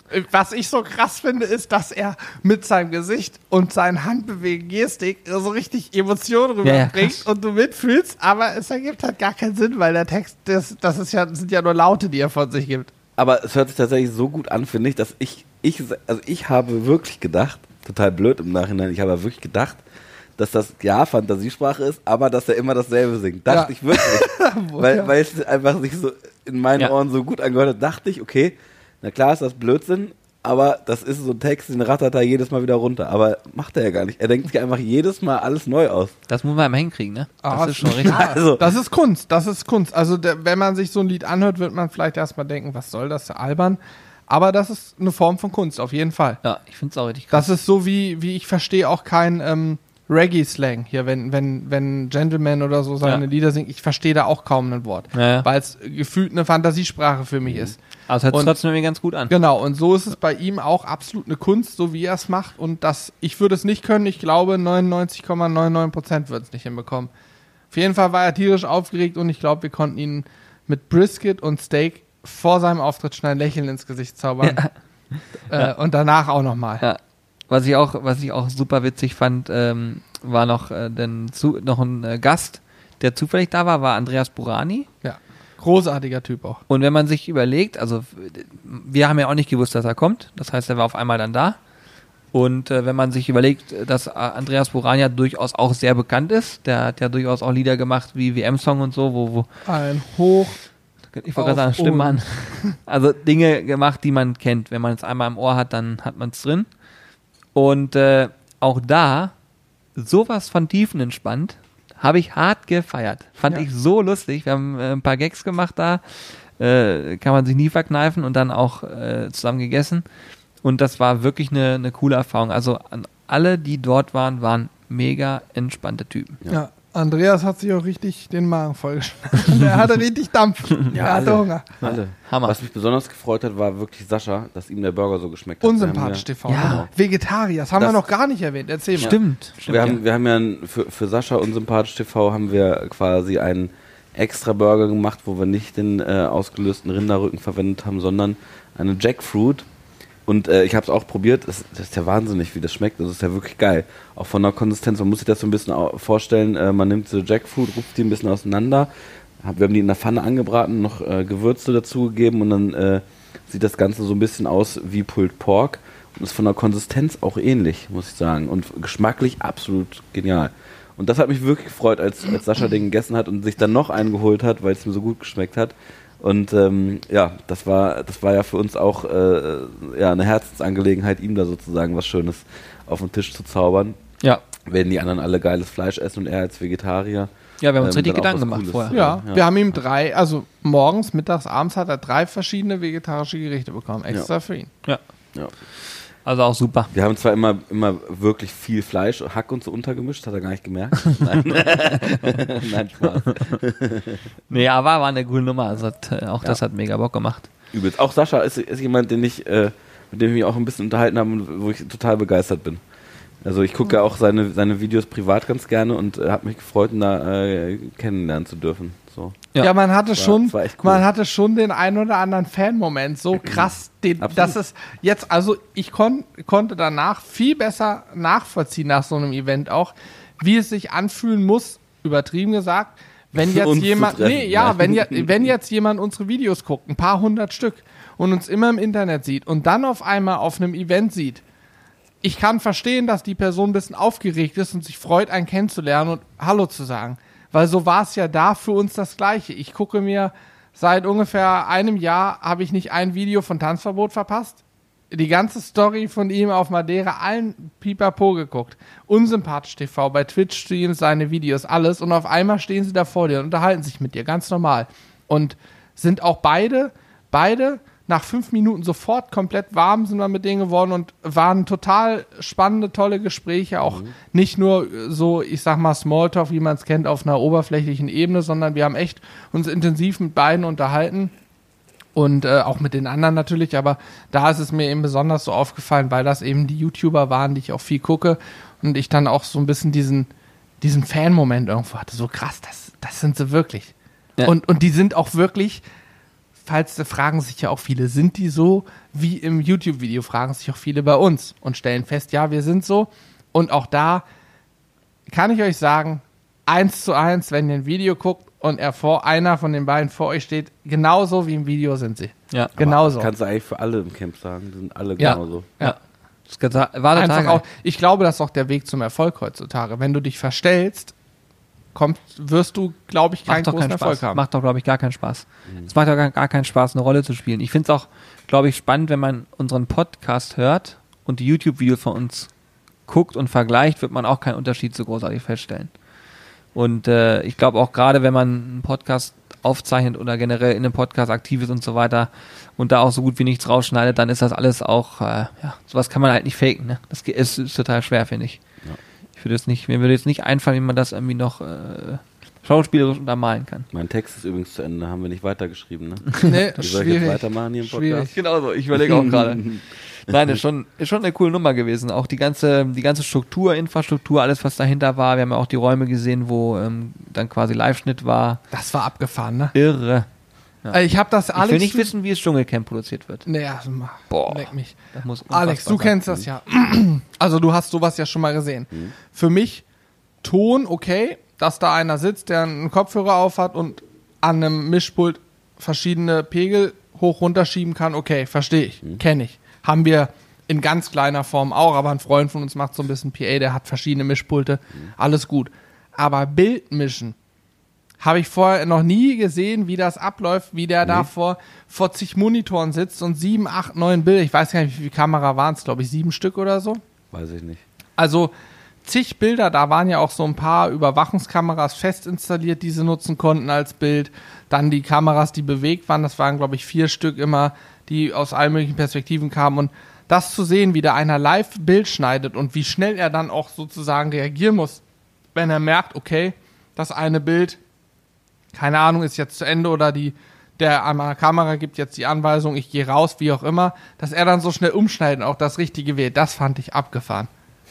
Was ich so krass finde, ist, dass er mit seinem Gesicht und seinen Handbewegen, Gestik so richtig Emotionen rüberbringt ja, ja, und du mitfühlst, aber es ergibt halt gar keinen Sinn, weil der Text, das, das ist ja, sind ja nur Laute, die er von sich gibt. Aber es hört sich tatsächlich so gut an, finde ich, dass ich, ich, also ich habe wirklich gedacht, total blöd im Nachhinein, ich habe wirklich gedacht, dass das, ja, Fantasiesprache ist, aber dass er immer dasselbe singt. Dachte ja. ich wirklich. weil, weil es einfach sich so in meinen ja. Ohren so gut angehört hat, dachte ich, okay, na klar ist das Blödsinn, aber das ist so ein Text, den rattert er jedes Mal wieder runter. Aber macht er ja gar nicht. Er denkt sich einfach jedes Mal alles neu aus. Das muss man immer hinkriegen, ne? Das ah, ist schon richtig. Also. Das ist Kunst, das ist Kunst. Also der, wenn man sich so ein Lied anhört, wird man vielleicht erstmal denken, was soll das, albern? Aber das ist eine Form von Kunst, auf jeden Fall. Ja, ich finde es auch richtig krass. Das ist so wie, wie ich verstehe auch kein ähm, Reggae-Slang hier, wenn, wenn, wenn Gentleman oder so seine ja. Lieder singt, ich verstehe da auch kaum ein Wort, ja, ja. weil es gefühlt eine Fantasiesprache für mich mhm. ist. Aber es hört sich trotzdem irgendwie ganz gut an. Genau, und so ist es bei ihm auch absolut eine Kunst, so wie er es macht, und das, ich würde es nicht können, ich glaube neunundneunzig Komma neunundneunzig Prozent wird es nicht hinbekommen. Auf jeden Fall war er tierisch aufgeregt und ich glaube, wir konnten ihn mit Brisket und Steak vor seinem Auftritt schnell ein Lächeln ins Gesicht zaubern. Ja. Äh, ja. Und danach auch nochmal. Ja. Was ich auch, was ich auch super witzig fand, ähm, war noch, äh, denn zu, noch ein äh, Gast, der zufällig da war, war Andreas Burani. Ja, großartiger Typ auch. Und wenn man sich überlegt, also wir haben ja auch nicht gewusst, dass er kommt. Das heißt, er war auf einmal dann da. Und äh, wenn man sich überlegt, dass äh, Andreas Burani ja durchaus auch sehr bekannt ist, der hat ja durchaus auch Lieder gemacht wie W M-Song und so, wo, wo ein Hoch. Ich wollte gerade sagen, Stimmmann. Also Dinge gemacht, die man kennt. Wenn man es einmal im Ohr hat, dann hat man es drin. Und äh, auch da, sowas von tiefenentspannt, habe ich hart gefeiert. Fand ja. ich so lustig. Wir haben äh, ein paar Gags gemacht da. Äh, kann man sich nie verkneifen, und dann auch äh, zusammen gegessen. Und das war wirklich eine, eine coole Erfahrung. Also an alle, die dort waren, waren mega entspannte Typen. Ja. ja. Andreas hat sich auch richtig den Magen vollgeschlagen. Der hatte richtig Dampf. Ja, er hatte alle, Hunger. Alle. Hammer. Was mich besonders gefreut hat, war wirklich Sascha, dass ihm der Burger so geschmeckt hat. Unsympathisch T V. Ja. Genau. Vegetarier, das haben das wir noch gar nicht erwähnt. Erzähl mal. Stimmt. Stimmt wir, haben, wir haben ja ein, für, für Sascha Unsympathisch T V haben wir quasi einen extra Burger gemacht, wo wir nicht den äh, ausgelösten Rinderrücken verwendet haben, sondern eine Jackfruit. Und äh, ich habe es auch probiert, das, das ist ja wahnsinnig, wie das schmeckt, das ist ja wirklich geil. Auch von der Konsistenz, man muss sich das so ein bisschen vorstellen, äh, man nimmt so Jackfruit, ruft die ein bisschen auseinander, wir haben die in der Pfanne angebraten, noch äh, Gewürze dazugegeben, und dann äh, sieht das Ganze so ein bisschen aus wie Pulled Pork und ist von der Konsistenz auch ähnlich, muss ich sagen, und geschmacklich absolut genial. Und das hat mich wirklich gefreut, als, als Sascha den gegessen hat und sich dann noch einen geholt hat, weil es ihm so gut geschmeckt hat. Und ähm, ja, das war, das war ja für uns auch äh, ja, eine Herzensangelegenheit, ihm da sozusagen was Schönes auf den Tisch zu zaubern. Ja. Wenn die anderen alle geiles Fleisch essen und er als Vegetarier. Ja, wir haben uns ähm, richtig Gedanken gemacht vorher. Ja, ja, wir haben ihm drei, also morgens, mittags, abends hat er drei verschiedene vegetarische Gerichte bekommen, extra ja. für ihn. Ja. ja. Also auch super. Wir haben zwar immer, immer wirklich viel Fleisch, Hack und so untergemischt, hat er gar nicht gemerkt. Nein, Nein Spaß. Nee, aber war eine coole Nummer. Also hat, auch ja. das hat mega Bock gemacht. Übelst. Auch Sascha ist, ist jemand, den ich, äh, mit dem ich mich auch ein bisschen unterhalten habe und wo ich total begeistert bin. Also ich gucke ja auch seine, seine Videos privat ganz gerne und äh, habe mich gefreut, ihn da äh, kennenlernen zu dürfen. So. Ja. ja, man hatte war, schon, cool. man hatte schon den ein oder anderen Fan-Moment, so krass, den, dass es jetzt, also ich kon, konnte danach viel besser nachvollziehen nach so einem Event auch, wie es sich anfühlen muss, übertrieben gesagt, wenn jetzt jemand, nee, ja, wenn, wenn jetzt jemand unsere Videos guckt, ein paar hundert Stück, und uns immer im Internet sieht und dann auf einmal auf einem Event sieht. Ich kann verstehen, dass die Person ein bisschen aufgeregt ist und sich freut, einen kennenzulernen und Hallo zu sagen. Weil so war es ja da für uns das Gleiche. Ich gucke mir, seit ungefähr einem Jahr habe ich nicht ein Video von Tanzverbot verpasst. Die ganze Story von ihm auf Madeira, allen Pipapo geguckt. Unsympathisch T V, bei Twitch-Streams, seine Videos, alles. Und auf einmal stehen sie da vor dir und unterhalten sich mit dir, ganz normal. Und sind auch beide, beide nach fünf Minuten sofort komplett warm sind wir mit denen geworden und waren total spannende, tolle Gespräche, auch mhm. nicht nur so, ich sag mal, Smalltalk, wie man es kennt, auf einer oberflächlichen Ebene, sondern wir haben echt uns intensiv mit beiden unterhalten und äh, auch mit den anderen natürlich, aber da ist es mir eben besonders so aufgefallen, weil das eben die YouTuber waren, die ich auch viel gucke und ich dann auch so ein bisschen diesen, diesen Fan-Moment irgendwo hatte, so krass, das, das sind sie wirklich. Ja. Und, und die sind auch wirklich falls fragen sich ja auch viele, sind die so wie im YouTube-Video, fragen sich auch viele bei uns und stellen fest, ja, wir sind so. Und auch da kann ich euch sagen, eins zu eins, wenn ihr ein Video guckt und er vor einer von den beiden vor euch steht, genauso wie im Video sind sie. Ja. Genauso. Kannst du eigentlich für alle im Camp sagen, die sind alle Ja. genauso. Ja. Das geta- war der Einfach Tag. auch, ich glaube, das ist auch der Weg zum Erfolg heutzutage. Wenn du dich verstellst, kommt, wirst du, glaube ich, keinen Macht doch großen keinen Erfolg Spaß. haben. Macht doch, glaube ich, gar keinen Spaß. Es macht doch gar, gar keinen Spaß, eine Rolle zu spielen. Ich finde es auch, glaube ich, spannend, wenn man unseren Podcast hört und die YouTube-Videos von uns guckt und vergleicht, wird man auch keinen Unterschied so großartig feststellen. Und äh, ich glaube auch gerade, wenn man einen Podcast aufzeichnet oder generell in einem Podcast aktiv ist und so weiter und da auch so gut wie nichts rausschneidet, dann ist das alles auch, äh, ja, sowas kann man halt nicht faken. Ne? Das ge- ist, ist total schwer, finde ich. Ja. Ich würde jetzt nicht, mir würde jetzt nicht einfallen, wie man das irgendwie noch äh, schauspielerisch untermalen kann. Mein Text ist übrigens zu Ende, haben wir nicht weitergeschrieben, ne? Nee, Wie soll ich jetzt schwierig. weitermachen hier im Podcast? Schwierig. Genau so, ich überlege auch gerade. Nein, ist schon, ist schon eine coole Nummer gewesen. Auch die ganze, die ganze Struktur, Infrastruktur, alles was dahinter war. Wir haben ja auch die Räume gesehen, wo ähm, dann quasi Live-Schnitt war. Das war abgefahren, ne? Irre. Ja. Also ich habe das Ich Alex. will nicht wissen, wie es Dschungelcamp produziert wird. Naja, also, Boah. leck mich. Das muss Alex, du unfassbar kennst das ja. Also du hast sowas ja schon mal gesehen. Mhm. Für mich Ton okay, dass da einer sitzt, der einen Kopfhörer auf hat und an einem Mischpult verschiedene Pegel hoch runterschieben kann. Okay, verstehe ich, Mhm. kenne ich. Haben wir in ganz kleiner Form auch, aber ein Freund von uns macht so ein bisschen P A, der hat verschiedene Mischpulte. Mhm. Alles gut. Aber Bildmischen habe ich vorher noch nie gesehen, wie das abläuft, wie der da Nee. vor, vor zig Monitoren sitzt und sieben, acht, neun Bilder. Ich weiß gar nicht, wie viele Kamera waren es, glaube ich, sieben Stück oder so. Weiß ich nicht. Also zig Bilder, da waren ja auch so ein paar Überwachungskameras fest installiert, die sie nutzen konnten als Bild. Dann die Kameras, die bewegt waren, das waren, glaube ich, vier Stück immer, die aus allen möglichen Perspektiven kamen. Und das zu sehen, wie da einer live Bild schneidet und wie schnell er dann auch sozusagen reagieren muss, wenn er merkt, okay, das eine Bild, keine Ahnung, ist jetzt zu Ende oder die, der an meiner Kamera gibt jetzt die Anweisung, ich gehe raus, wie auch immer, dass er dann so schnell umschneidet und auch das Richtige wählt, das fand ich abgefahren.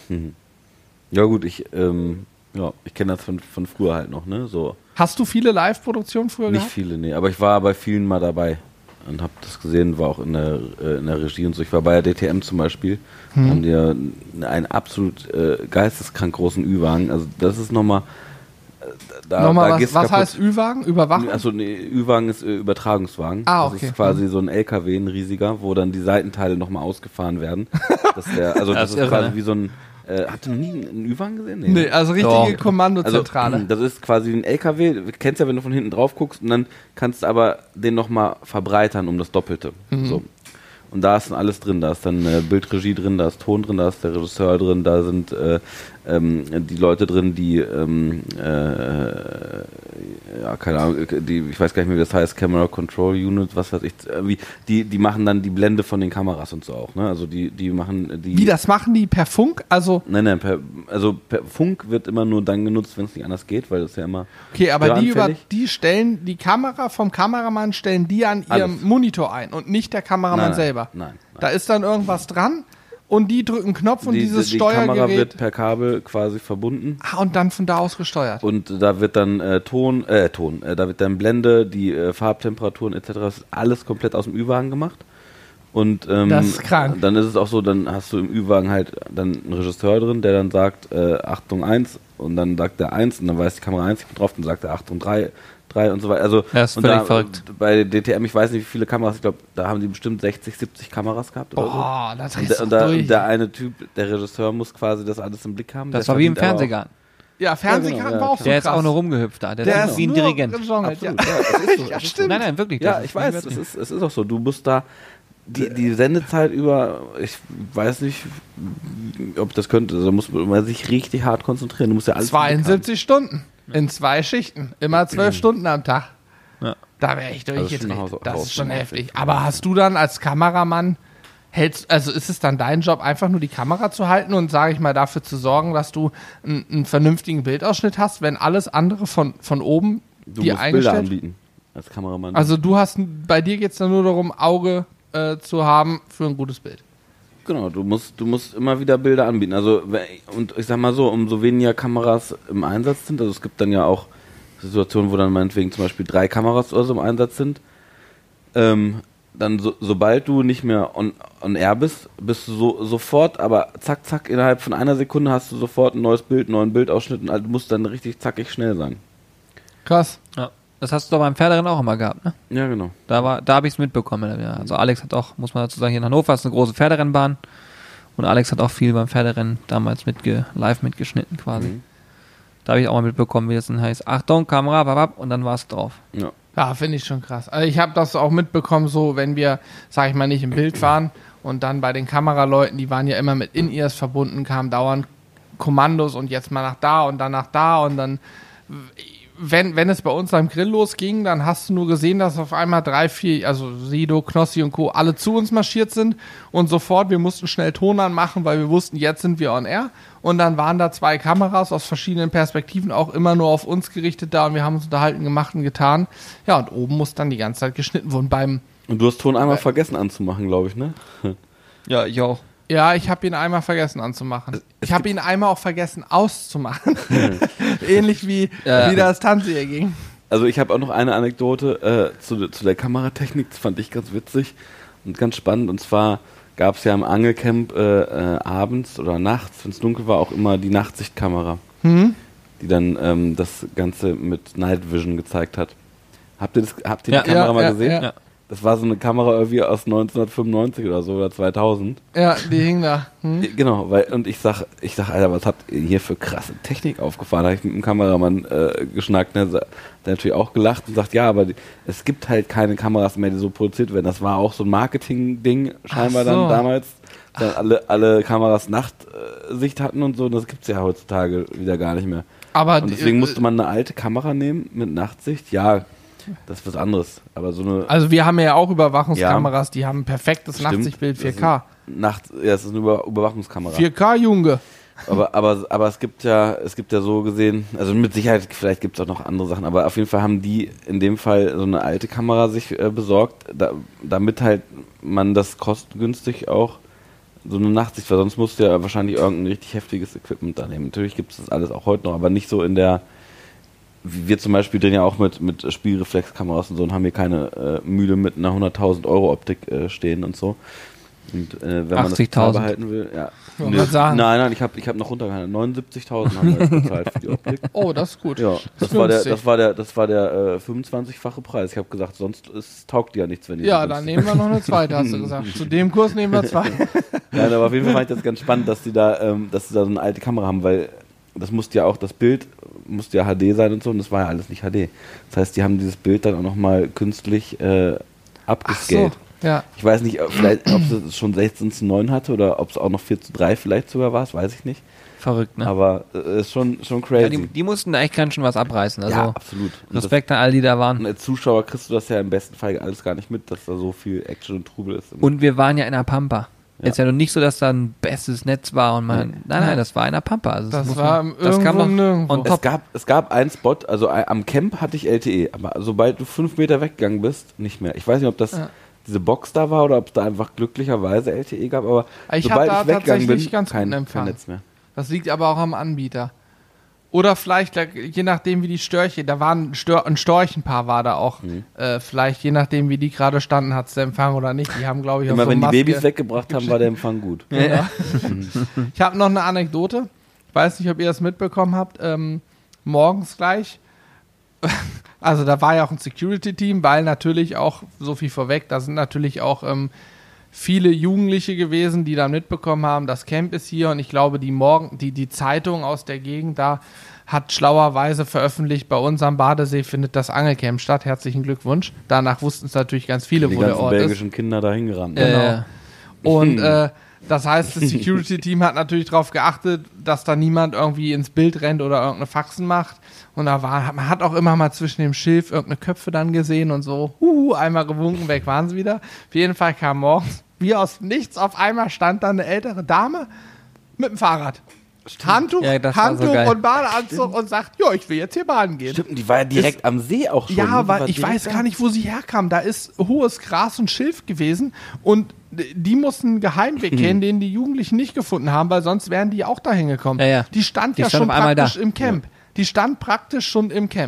Ja gut, ich, ähm, ja, ich kenne das von, von früher halt noch, ne? So. Hast du viele Live-Produktionen früher Nicht gehabt? viele, nee. Aber ich war bei vielen mal dabei und habe das gesehen, war auch in der, äh, in der Regie und so. Ich war bei der D T M zum Beispiel. Hm. Haben die ja einen absolut äh, geisteskrank großen Ü-Wagen. Also das ist nochmal... Äh, da, Nochmal, da was, geht's was kaputt. heißt Ü-Wagen? Überwachung? Also nee, Ü-Wagen ist äh, Übertragungswagen. Ah, Das okay. ist quasi so ein L K W, ein riesiger, wo dann die Seitenteile nochmal ausgefahren werden. Das ist der, also das, Das ist ist irre, quasi ne? wie so ein... Äh, habt ihr noch nie einen Ü-Wagen gesehen? Nee, also richtige Doch. Kommandozentrale. Also, das ist quasi ein L K W, du kennst ja, wenn du von hinten drauf guckst und dann kannst du aber den nochmal verbreitern um das Doppelte. Mhm. So. Und da ist dann alles drin, da ist dann äh, Bildregie drin, da ist Ton drin, da ist der Regisseur drin, da sind äh, ähm, die Leute drin, die, ähm, äh, ja, keine Ahnung, die, ich weiß gar nicht mehr, wie das heißt, Camera Control Unit, was weiß ich, irgendwie, die, die machen dann die Blende von den Kameras und so auch, ne? Also die, die machen die. Wie, das machen die per Funk? Also, Nein, nein, per, also per Funk wird immer nur dann genutzt, wenn es nicht anders geht, weil das ja immer. okay, aber die, über, höranfällig. die stellen die Kamera vom Kameramann, stellen die an ihrem Alles. Monitor ein und nicht der Kameramann Nein, nein, selber. Nein, nein. Da ist dann irgendwas dran und die drücken einen Knopf und die, dieses die Kamera Steuergerät. wird per Kabel quasi verbunden Ah, und dann von da aus gesteuert. und da wird dann äh, Ton, äh, Ton, äh, da wird dann Blende, die äh, Farbtemperaturen et cetera. Das ist alles komplett aus dem Ü-Wagen gemacht. Und ähm, Das ist krank. dann ist es auch so, dann hast du im Ü-Wagen halt dann einen Regisseur drin, der dann sagt, äh, Achtung eins und dann sagt der eins und dann weiß die Kamera eins, ich bin drauf, dann sagt er Achtung drei, drei und so weiter. Also Ja, ist und völlig da, verrückt. Bei D T M, ich weiß nicht, wie viele Kameras, ich glaube, da haben die bestimmt sechzig, siebzig Kameras gehabt oder so. Boah, das Und, ist der, und, der, durch. und der eine Typ, der Regisseur, muss quasi das alles im Blick haben. Das Der war wie im verdient aber Fernsehgarten. Ja, Fernsehkarten Ja, genau, war ja, auch so Der ist krass. auch nur rumgehüpft da. Der, Der ist ist wie ein nur Dirigent. gejongelt, ja. Absolut, ja, es ist so. Ja, es ist stimmt. Nein, nein, wirklich. So. Ja, das ist ich weiß, nicht es übertrieben. ist, es ist auch so. Du musst da die, die Sendezeit über, ich weiß nicht, ob das könnte, da muss man sich richtig hart konzentrieren. Du musst ja alles im Blick haben. zweiundsiebzig Stunden in zwei Schichten. Immer zwölf Stunden am Tag. Ja. Da wäre ich Also das ist schon durchgedreht. eine Haus- Das ist schon Hausnummer. heftig. Aber hast du dann als Kameramann, hältst, also ist es dann dein Job, einfach nur die Kamera zu halten und, sage ich mal, dafür zu sorgen, dass du einen, einen vernünftigen Bildausschnitt hast, wenn alles andere von, von oben Du dir musst Bilder eingestellt? anbieten als Kameramann. Also du hast, bei dir geht es dann nur darum, Auge äh, zu haben für ein gutes Bild. Genau, du musst, du musst immer wieder Bilder anbieten. Also, we- und ich sag mal so, umso weniger Kameras im Einsatz sind, also es gibt dann ja auch Situationen, wo dann meinetwegen zum Beispiel drei Kameras oder so im Einsatz sind, ähm, dann so, sobald du nicht mehr on, on air bist, bist du so, sofort, aber zack, zack, innerhalb von einer Sekunde hast du sofort ein neues Bild, einen neuen Bildausschnitt und du musst dann richtig zackig schnell sein. Krass. Ja. Das hast du doch beim Pferderennen auch immer gehabt, ne? Ja, genau. Da war, da habe ich es mitbekommen. Ja. Also Alex hat auch, muss man dazu sagen, hier in Hannover ist eine große Pferderennbahn und Alex hat auch viel beim Pferderennen damals mitge, live mitgeschnitten quasi. Mhm. Da habe ich auch mal mitbekommen, wie das dann heißt, Achtung, Kamera, babab, und dann war es drauf. Ja. Ja, finde ich schon krass. Also ich habe das auch mitbekommen, so wenn wir, sag ich mal, nicht im Bild waren und dann bei den Kameraleuten, die waren ja immer mit In-Ears verbunden, kamen dauernd Kommandos und jetzt mal nach da und dann nach da und dann, wenn, wenn es bei uns am Grill losging, dann hast du nur gesehen, dass auf einmal drei, vier, also Sido, Knossi und Co. alle zu uns marschiert sind und sofort, wir mussten schnell Ton anmachen, weil wir wussten, jetzt sind wir on air. Und dann waren da zwei Kameras aus verschiedenen Perspektiven auch immer nur auf uns gerichtet da und wir haben uns unterhalten, gemacht und getan. Ja, und oben muss dann die ganze Zeit geschnitten werden. Beim Und du hast Ton einmal äh, vergessen anzumachen, glaube ich, ne? Ja, ich auch. Ja, ich habe ihn einmal vergessen anzumachen. Es, es ich habe ihn einmal auch vergessen auszumachen. Ähnlich wie, ja. wie das Tanze hier ging. Also ich habe auch noch eine Anekdote äh, zu, zu der Kameratechnik, das fand ich ganz witzig und ganz spannend. Und zwar gab es ja im Angelcamp äh, äh, abends oder nachts, wenn es dunkel war, auch immer die Nachtsichtkamera, mhm. die dann ähm, das Ganze mit Night Vision gezeigt hat. Habt ihr, das, habt ihr ja, die Kamera ja, mal ja, gesehen? Ja. Das war so eine Kamera irgendwie aus neunzehnhundertfünfundneunzig oder so oder zweitausend. Ja, die hing da. Hm. Genau, weil und ich sag, ich sag, Alter, was habt ihr hier für krasse Technik aufgefahren? Da habe ich mit dem Kameramann äh, geschnackt, der, der hat natürlich auch gelacht und sagt, ja, aber die, es gibt halt keine Kameras mehr, die so produziert werden. Das war auch so ein Marketing-Ding scheinbar so. dann damals, dass alle, alle Kameras Nachtsicht hatten und so. Und das gibt's ja heutzutage wieder gar nicht mehr. Aber und deswegen die, musste man eine alte Kamera nehmen mit Nachtsicht. Ja, das ist was anderes. Aber so eine. Also wir haben ja auch Überwachungskameras, ja, die haben ein perfektes stimmt, Nachtsichtbild vier K. Nacht, ja, es ist eine Über- Überwachungskamera. vier K, Junge. Aber, aber, aber es gibt ja, es gibt ja so gesehen, also mit Sicherheit, vielleicht gibt es auch noch andere Sachen, aber auf jeden Fall haben die in dem Fall so eine alte Kamera sich äh, besorgt, da, damit halt man das kostengünstig auch so eine Nachtsicht, weil sonst musst du ja wahrscheinlich irgendein richtig heftiges Equipment da nehmen. Natürlich gibt es das alles auch heute noch, aber nicht so in der, wir zum Beispiel drehen ja auch mit, mit Spielreflexkameras und so und haben hier keine äh, Mühle mit einer hunderttausend Euro Optik äh, stehen und so. Und äh, wenn man das behalten will, ja. Nee, nein, nein, ich habe ich hab noch runtergehandelt. neunundsiebzigtausend haben wir jetzt bezahlt für die Optik. Oh, das ist gut. Ja, das, das war der, das war der, das war der äh, fünfundzwanzigfache Preis. Ich habe gesagt, sonst ist, taugt die ja nichts, wenn die. Ja, so dann nehmen wir noch eine zweite, hast du gesagt. Zu dem Kurs nehmen wir zwei. Ja, aber auf jeden Fall fand ich das ganz spannend, dass die da, ähm, dass die da so eine alte Kamera haben, weil das musste ja auch, das Bild musste ja H D sein und so, und das war ja alles nicht H D. Das heißt, die haben dieses Bild dann auch nochmal künstlich äh, abgescaled. Ach so. Ja. Ich weiß nicht, vielleicht, ob es schon sechzehn zu neun hatte oder ob es auch noch vier zu drei vielleicht sogar war, das weiß ich nicht. Verrückt, ne? Aber es äh, ist schon, schon crazy. Ja, die, die mussten da echt ganz schön was abreißen. Also ja, absolut. Und Respekt das, an all die da waren. Und als Zuschauer kriegst du das ja im besten Fall alles gar nicht mit, dass da so viel Action und Trubel ist. Und wir waren ja in der Pampa. Ja. Jetzt ja noch nicht so, dass da ein bestes Netz war und man. Nee. Nein, nein, das war in der Pampa. Also das, das war man, das kam noch und es gab, es gab einen Spot, also am Camp hatte ich L T E, aber sobald du fünf Meter weggegangen bist, nicht mehr. Ich weiß nicht, ob das ja. diese Box da war oder ob es da einfach glücklicherweise L T E gab, aber ich sobald da ich weggegangen bin, ganz kein, kein Netz mehr. Das liegt aber auch am Anbieter. Oder vielleicht, je nachdem wie die Störche, da war ein, Stör, ein Storchenpaar war da auch, mhm. äh, vielleicht je nachdem wie die gerade standen, hat es der Empfang oder nicht. Die haben, glaube ich, immer auf so wenn die Maske Babys weggebracht haben, war der Empfang gut. Ja. Ja. Ich habe noch eine Anekdote, ich weiß nicht, ob ihr das mitbekommen habt, ähm, morgens gleich, also da war ja auch ein Security-Team, weil natürlich auch, so viel vorweg, da sind natürlich auch ähm, viele Jugendliche gewesen, die dann mitbekommen haben, das Camp ist hier, und ich glaube, die Morgen, die, die Zeitung aus der Gegend da hat schlauerweise veröffentlicht, bei uns am Badesee findet das Angelcamp statt. Herzlichen Glückwunsch. Danach wussten es natürlich ganz viele, die wo der Ort ist. Die belgischen Kinder da hingerannt. Genau. Äh. Und äh, das heißt, das Security-Team hat natürlich darauf geachtet, dass da niemand irgendwie ins Bild rennt oder irgendeine Faxen macht. Und da war, man hat auch immer mal zwischen dem Schilf irgendeine Köpfe dann gesehen und so, huhu, einmal gewunken, weg waren sie wieder. Auf jeden Fall kam morgens, wie aus nichts, auf einmal stand da eine ältere Dame mit dem Fahrrad. Stimmt. Handtuch, ja, Handtuch so und Badeanzug. Stimmt. Und sagt, ja, ich will jetzt hier baden gehen. Stimmt, die war ja direkt ist, am See auch schon. Ja, weil ich weiß gar nicht, wo sie herkam. Da ist hohes Gras und Schilf gewesen und die mussten einen Geheimweg kennen, den die Jugendlichen nicht gefunden haben, weil sonst wären die auch dahin gekommen. Ja, ja. Die stand die ja stand schon praktisch da. im Camp. Ja. Die stand praktisch schon im Camp. Ja.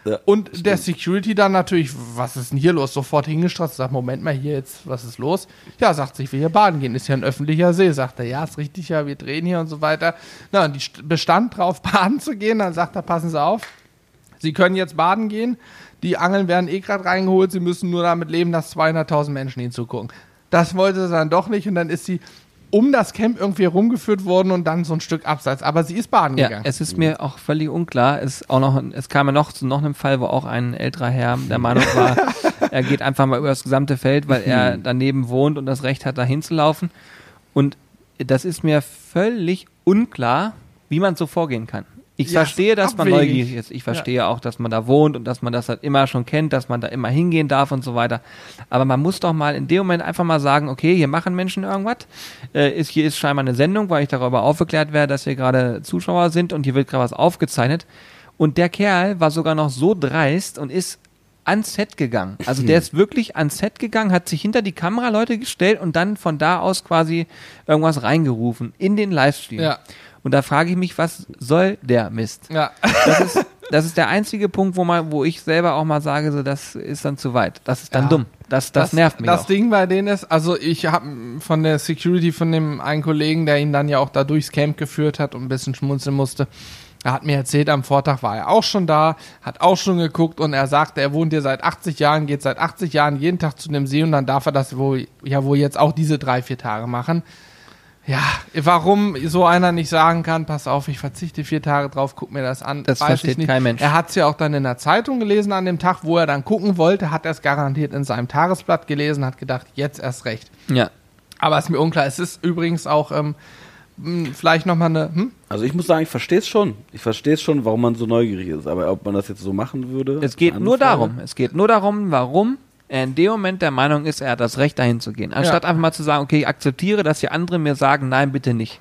Ja, und stimmt. der Security dann natürlich, was ist denn hier los? Sofort hingestrotzt, sagt, Moment mal, hier jetzt, was ist los? Ja, sagt sich, wir hier baden gehen, ist ja ein öffentlicher See. Sagt er, ja, ist richtig, ja, wir drehen hier und so weiter. Na, und die st- bestand drauf, baden zu gehen. Dann sagt er, passen Sie auf, Sie können jetzt baden gehen. Die Angeln werden eh gerade reingeholt, Sie müssen nur damit leben, dass zweihunderttausend Menschen Ihnen zugucken. Das wollte sie dann doch nicht und dann ist sie um das Camp irgendwie rumgeführt worden und dann so ein Stück abseits. Aber sie ist baden Ja, gegangen. es ist mir auch völlig unklar. Es, auch noch, es kam ja noch zu noch einem Fall, wo auch ein älterer Herr der Meinung war, er geht einfach mal über das gesamte Feld, weil er daneben wohnt und das Recht hat, da hinzulaufen. Und das ist mir völlig unklar, wie man so vorgehen kann. Ich Ja, verstehe, dass man abwegig. neugierig ist. Ich verstehe ja. auch, dass man da wohnt und dass man das halt immer schon kennt, dass man da immer hingehen darf und so weiter. Aber man muss doch mal in dem Moment einfach mal sagen, okay, hier machen Menschen irgendwas. Äh, ist, hier ist scheinbar eine Sendung, weil ich darüber aufgeklärt werde, dass hier gerade Zuschauer sind und hier wird gerade was aufgezeichnet. Und der Kerl war sogar noch so dreist und ist ans Set gegangen. Also der ist wirklich ans Set gegangen, hat sich hinter die Kameraleute gestellt und dann von da aus quasi irgendwas reingerufen in den Livestream. Ja. Und da frage ich mich, was soll der Mist? Ja. Das ist, das ist der einzige Punkt, wo man, wo ich selber auch mal sage, so, das ist dann zu weit. Das ist dann Ja. dumm. Das, das, nervt mich Das auch. Ding bei denen ist, also ich habe von der Security von dem einen Kollegen, der ihn dann ja auch da durchs Camp geführt hat und ein bisschen schmunzeln musste, er hat mir erzählt, am Vortag war er auch schon da, hat auch schon geguckt und er sagte, er wohnt hier seit achtzig Jahren, geht seit achtzig Jahren jeden Tag zu dem See und dann darf er das wohl, ja wohl jetzt auch diese drei, vier Tage machen. Ja, warum so einer nicht sagen kann, pass auf, ich verzichte vier Tage drauf, guck mir das an. Das weiß versteht ich nicht. kein Mensch. Er hat es ja auch dann in der Zeitung gelesen an dem Tag, wo er dann gucken wollte, hat er es garantiert in seinem Tagesblatt gelesen, hat gedacht, jetzt erst recht. Ja. Aber ist mir unklar. Es ist übrigens auch ähm, mh, vielleicht nochmal eine, hm? Also ich muss sagen, ich verstehe es schon. Ich verstehe es schon, warum man so neugierig ist. Aber ob man das jetzt so machen würde... Es geht eine nur andere Frage. darum. Es geht nur darum, warum er in dem Moment der Meinung ist, er hat das Recht, dahin zu gehen. Anstatt Ja. einfach mal zu sagen, okay, ich akzeptiere, dass die anderen mir sagen, nein, bitte nicht.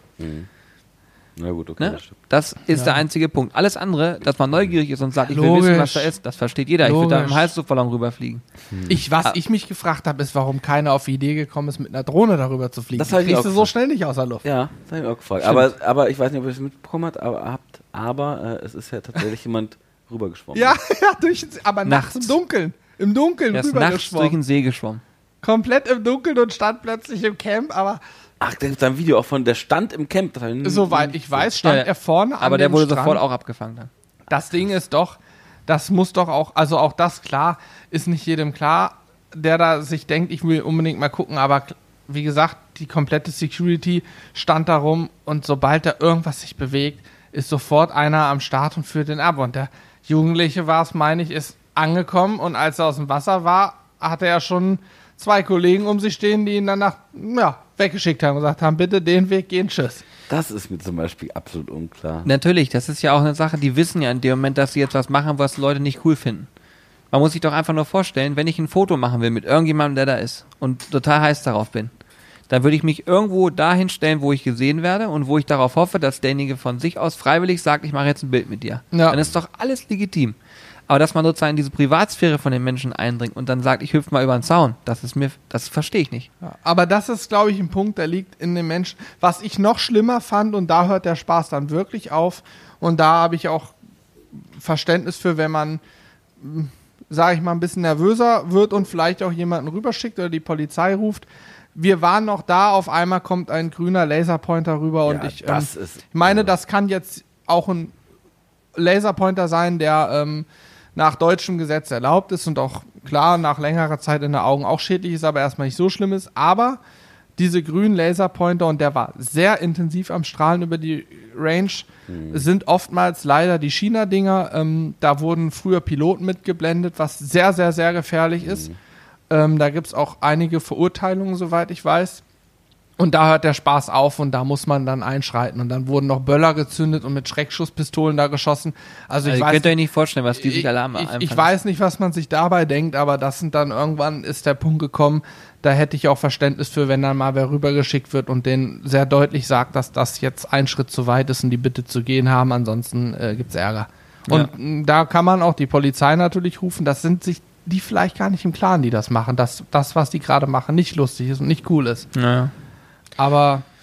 Na gut, okay. Ne? Das stimmt. Das ist Ja. der einzige Punkt. Alles andere, dass man neugierig ist und sagt, ich will Logisch. wissen, was da ist, das versteht jeder. Ich würde da im Logisch. Heißluftballon rüberfliegen. Ich, was Ah. ich mich gefragt habe, ist, warum keiner auf die Idee gekommen ist, mit einer Drohne darüber zu fliegen. Das hab ich Kriegst auch du so gefragt. schnell nicht aus der Luft. Ja, das habe ich auch gefragt. Stimmt. Aber, aber ich weiß nicht, ob ihr es mitbekommen habt, aber, habt, aber äh, es ist ja tatsächlich jemand rübergeschwommen. Ja, ja, durch, aber nachts, Nachts. im Dunkeln. Im Dunkeln Er ist nachts rübergeschwommen. durch den See geschwommen. Komplett im Dunkeln und stand plötzlich im Camp, aber Ach, da gibt es ein Video auch von, der stand im Camp. Das hab ich nie- soweit ich weiß, stand Ja, ja. er vorne an Aber der dem wurde Strand. sofort auch abgefangen dann. Das Ding ist doch, das muss doch auch, also auch das klar, ist nicht jedem klar, der da sich denkt, ich will unbedingt mal gucken, aber kl- wie gesagt, die komplette Security stand da rum und sobald da irgendwas sich bewegt, ist sofort einer am Start und führt den ab. Und der Jugendliche war es, meine ich, ist angekommen und als er aus dem Wasser war, hatte er schon zwei Kollegen um sich stehen, die ihn danach, ja, weggeschickt haben und gesagt haben, bitte den Weg gehen, tschüss. Das ist mir zum Beispiel absolut unklar. Natürlich, das ist ja auch eine Sache, die wissen ja in dem Moment, dass sie jetzt was machen, was Leute nicht cool finden. Man muss sich doch einfach nur vorstellen, wenn ich ein Foto machen will mit irgendjemandem, der da ist und total heiß darauf bin, dann würde ich mich irgendwo dahin stellen, wo ich gesehen werde und wo ich darauf hoffe, dass derjenige von sich aus freiwillig sagt, ich mache jetzt ein Bild mit dir. Ja. Dann ist doch alles legitim. Aber dass man sozusagen in diese Privatsphäre von den Menschen eindringt und dann sagt, ich hüpfe mal über den Zaun, das ist mir, das verstehe ich nicht. Ja, aber das ist, glaube ich, ein Punkt, der liegt in den Menschen. Was ich noch schlimmer fand, und da hört der Spaß dann wirklich auf, und da habe ich auch Verständnis für, wenn man, sage ich mal, ein bisschen nervöser wird und vielleicht auch jemanden rüberschickt oder die Polizei ruft. Wir waren noch da, auf einmal kommt ein grüner Laserpointer rüber und Ja, ich, ähm, das ist- ich meine, das kann jetzt auch ein Laserpointer sein, der ähm, nach deutschem Gesetz erlaubt ist und auch klar nach längerer Zeit in den Augen auch schädlich ist, aber erstmal nicht so schlimm ist. Aber diese grünen Laserpointer, und der war sehr intensiv am Strahlen über die Range, sind oftmals leider die China-Dinger. Ähm, da wurden früher Piloten mitgeblendet, was sehr, sehr, sehr gefährlich ist. Ähm, da gibt es auch einige Verurteilungen, soweit ich weiß. Und da hört der Spaß auf und da muss man dann einschreiten. Und dann wurden noch Böller gezündet und mit Schreckschusspistolen da geschossen. Also, Also ich ihr weiß könnt euch nicht vorstellen, was die sich ich, alle am ich, einfallen ich weiß nicht, was man sich dabei denkt, aber das sind dann irgendwann ist der Punkt gekommen, da hätte ich auch Verständnis für, wenn dann mal wer rübergeschickt wird und denen sehr deutlich sagt, dass das jetzt ein Schritt zu weit ist und die Bitte zu gehen haben, ansonsten äh, gibt's Ärger. Und Ja. mh, da kann man auch die Polizei natürlich rufen, das sind sich die vielleicht gar nicht im Klaren, die das machen, dass das, was die gerade machen, nicht lustig ist und nicht cool ist. Naja. Aber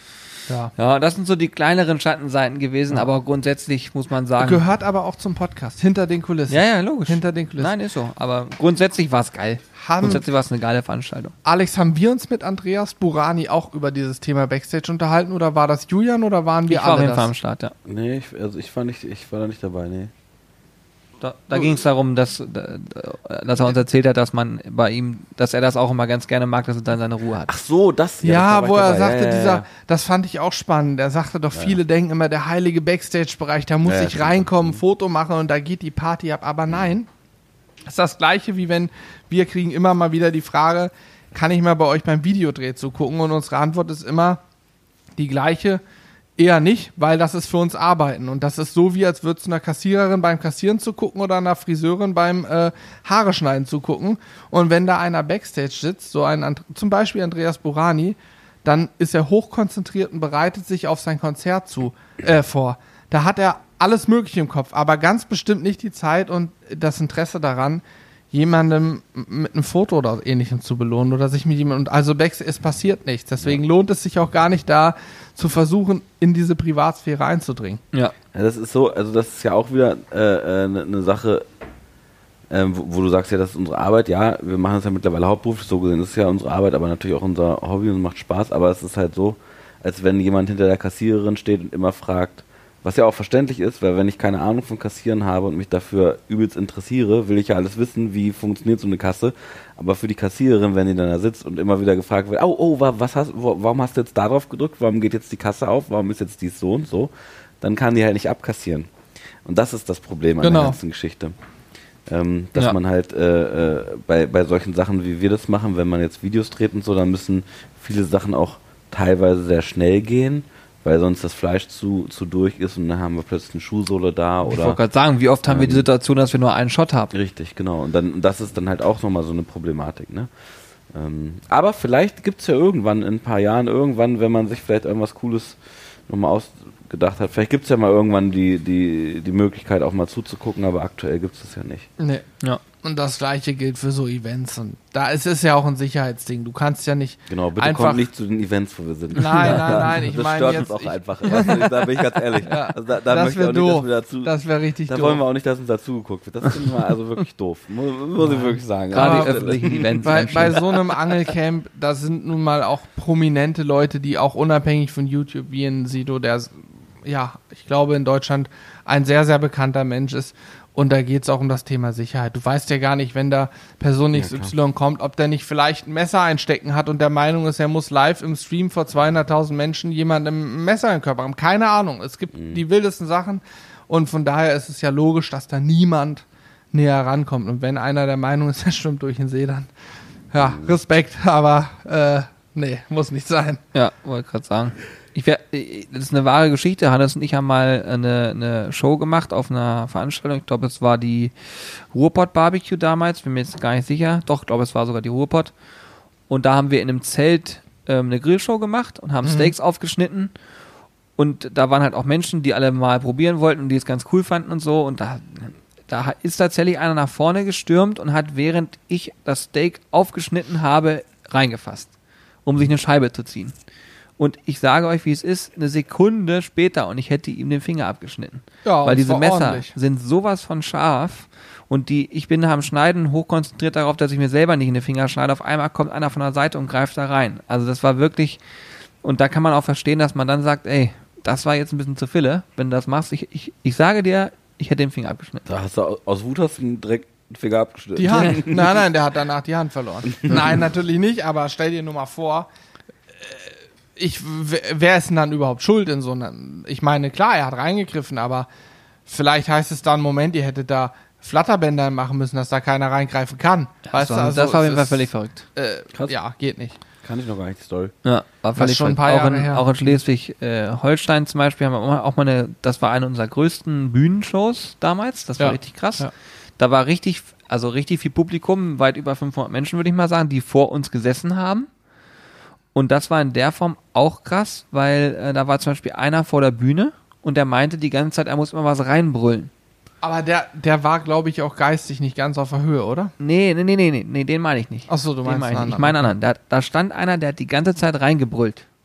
Ja. Ja, das sind so die kleineren Schattenseiten gewesen, Ja. aber grundsätzlich muss man sagen. Gehört aber auch zum Podcast, hinter den Kulissen. Ja, ja, logisch. Hinter den Kulissen. Nein, ist so. Aber grundsätzlich war es geil. Haben, Grundsätzlich war es eine geile Veranstaltung. Alex, haben wir uns mit Andreas Burani auch über dieses Thema Backstage unterhalten oder war das Julian oder waren wir Ich war auf alle jeden Fall am das? Start, ja. Nee, ich, also ich war nicht, ich war da nicht dabei, nee. Da, da ging es darum, dass, dass er uns erzählt hat, dass man bei ihm, dass er das auch immer ganz gerne mag, dass er dann seine Ruhe hat. Ach so, das. Ja, das wo war er ich dabei. sagte, ja, ja, dieser, ja. das fand ich auch spannend. Er sagte doch, viele denken immer, der heilige Backstage-Bereich, da muss Ja, ja, ich stimmt. reinkommen, Foto machen und da geht die Party ab. Aber nein, das ist das Gleiche, wie wenn wir kriegen immer mal wieder die Frage, kann ich mal bei euch beim Videodreh zugucken? Und unsere Antwort ist immer die gleiche, eher nicht, weil das ist für uns Arbeiten. Und das ist so, wie als würdest du einer Kassiererin beim Kassieren zugucken oder einer Friseurin beim äh, Haare schneiden zugucken. Und wenn da einer Backstage sitzt, so ein And- zum Beispiel Andreas Burani, dann ist er hochkonzentriert und bereitet sich auf sein Konzert zu, äh, vor. Da hat er alles Mögliche im Kopf, aber ganz bestimmt nicht die Zeit und das Interesse daran, jemandem mit einem Foto oder ähnlichem zu belohnen oder sich mit jemandem, und also Backstage, es passiert nichts. Deswegen lohnt es sich auch gar nicht da zu versuchen, in diese Privatsphäre einzudringen. Ja. Ja, das ist so, also das ist ja auch wieder eine äh, ne, ne Sache, ähm, wo, wo du sagst, ja, das ist unsere Arbeit. Ja, wir machen das ja mittlerweile hauptberuflich so gesehen. Das ist ja unsere Arbeit, aber natürlich auch unser Hobby und macht Spaß. Aber es ist halt so, als wenn jemand hinter der Kassiererin steht und immer fragt, was ja auch verständlich ist, weil wenn ich keine Ahnung von Kassieren habe und mich dafür übelst interessiere, will ich ja alles wissen, wie funktioniert so eine Kasse. Aber für die Kassiererin, wenn die dann da sitzt und immer wieder gefragt wird, oh, oh, wa- was hast, wo, warum hast du jetzt da drauf gedrückt, warum geht jetzt die Kasse auf, warum ist jetzt dies so und so, dann kann die halt nicht abkassieren. Und das ist das Problem an Genau. der ganzen Geschichte. Ähm, dass Ja. man halt äh, äh, bei, bei solchen Sachen, wie wir das machen, wenn man jetzt Videos dreht und so, dann müssen viele Sachen auch teilweise sehr schnell gehen, weil sonst das Fleisch zu, zu durch ist und dann haben wir plötzlich eine Schuhsohle da Ich wollte oder... gerade sagen, wie oft haben wir die Ähm, Situation, dass wir nur einen Shot haben? Richtig, genau. Und dann und das ist dann halt auch nochmal so eine Problematik, ne? Ähm, aber vielleicht gibt es ja irgendwann in ein paar Jahren, irgendwann, wenn man sich vielleicht irgendwas Cooles nochmal ausgedacht hat, vielleicht gibt es ja mal irgendwann die, die, die Möglichkeit auch mal zuzugucken, aber aktuell gibt es das ja nicht. Nee. Ja. Und das Gleiche gilt für so Events. Und da ist es ja auch ein Sicherheitsding. Du kannst ja nicht Genau, bitte einfach... kommt nicht zu den Events, wo wir sind. Nein, nein, nein, ich das meine stört jetzt- uns auch ich- einfach. Also, da bin ich ganz ehrlich. Ja, Also da da das möchte ich wäre auch nicht, dass doof. wir dazu... Das wäre richtig Da doof. wollen wir auch nicht, dass uns dazu geguckt wird. Das finden wir also wirklich doof. Muss, muss ich wirklich sagen. Gerade Aber- die öffentlichen Events. Bei, ganz bei schlimm. so einem Angelcamp, da sind nun mal auch prominente Leute, die auch unabhängig von YouTube, wie ein Sido, der, ja, ich glaube in Deutschland ein sehr, sehr bekannter Mensch ist. Und da geht es auch um das Thema Sicherheit. Du weißt ja gar nicht, wenn da Person X Y kommt, ob der nicht vielleicht ein Messer einstecken hat und der Meinung ist, er muss live im Stream vor zweihunderttausend Menschen jemandem ein Messer im Körper haben. Keine Ahnung. Es gibt die wildesten Sachen. Und von daher ist es ja logisch, dass da niemand näher rankommt. Und wenn einer der Meinung ist, er schwimmt durch den See, dann ja, Respekt, aber äh, nee, muss nicht sein. Ja, wollte gerade sagen. Ich wär, äh, das ist eine wahre Geschichte. Hannes und ich haben mal eine, eine Show gemacht auf einer Veranstaltung. Ich glaube, es war die Ruhrpott Barbecue damals. Bin mir jetzt gar nicht sicher. Doch, ich glaube, es war sogar die Ruhrpott. Und da haben wir in einem Zelt ähm, eine Grillshow gemacht und haben Mhm. Steaks aufgeschnitten. Und da waren halt auch Menschen, die alle mal probieren wollten und die es ganz cool fanden und so. Und da, da ist tatsächlich einer nach vorne gestürmt und hat, während ich das Steak aufgeschnitten habe, reingefasst, um sich eine Scheibe zu ziehen. Und ich sage euch, wie es ist, eine Sekunde später und ich hätte ihm den Finger abgeschnitten. Ja, Weil und diese zwar Messer ordentlich. sind sowas von scharf und die, ich bin am Schneiden hochkonzentriert darauf, dass ich mir selber nicht in den Finger schneide. Auf einmal kommt einer von der Seite und greift da rein. Also das war wirklich, und da kann man auch verstehen, dass man dann sagt, ey, das war jetzt ein bisschen zu viele, wenn du das machst. Ich, ich, ich sage dir, ich hätte den Finger abgeschnitten. Da hast du aus- aus Wut hast du ihn direkt den Finger abgeschnitten. Die Hand. nein, nein, der hat danach die Hand verloren. Nein, natürlich nicht, aber stell dir nur mal vor, äh, ich, wer wer ist denn dann überhaupt schuld in so einer, ich meine, klar, er hat reingegriffen, aber vielleicht heißt es dann, Moment, ihr hättet da Flatterbänder machen müssen, dass da keiner reingreifen kann. Weißt das du, war, also das war auf jeden es Fall ist, völlig verrückt. Äh, Krass. ja, geht nicht. Kann ich noch gar nicht, die Story. Ja, war völlig schon ein verrückt. paar auch, Jahre in, her. auch in Schleswig-Holstein zum Beispiel haben wir auch mal- auch mal eine, das war eine unserer größten Bühnenshows damals, das war Ja. richtig krass. Ja. Da war richtig, also richtig viel Publikum, weit über fünfhundert Menschen, würde ich mal sagen, die vor uns gesessen haben. Und das war in der Form auch krass, weil äh, da war zum Beispiel einer vor der Bühne und der meinte die ganze Zeit, er muss immer was reinbrüllen. Aber der, der war, glaube ich, auch geistig nicht ganz auf der Höhe, oder? Nee, nee, nee, nee, nee, nee den meine ich nicht. Achso, du Den meinst meine ich einen nicht. Ich anderen. meine einen anderen. Da, da stand einer, der hat die ganze Zeit reingebrüllt.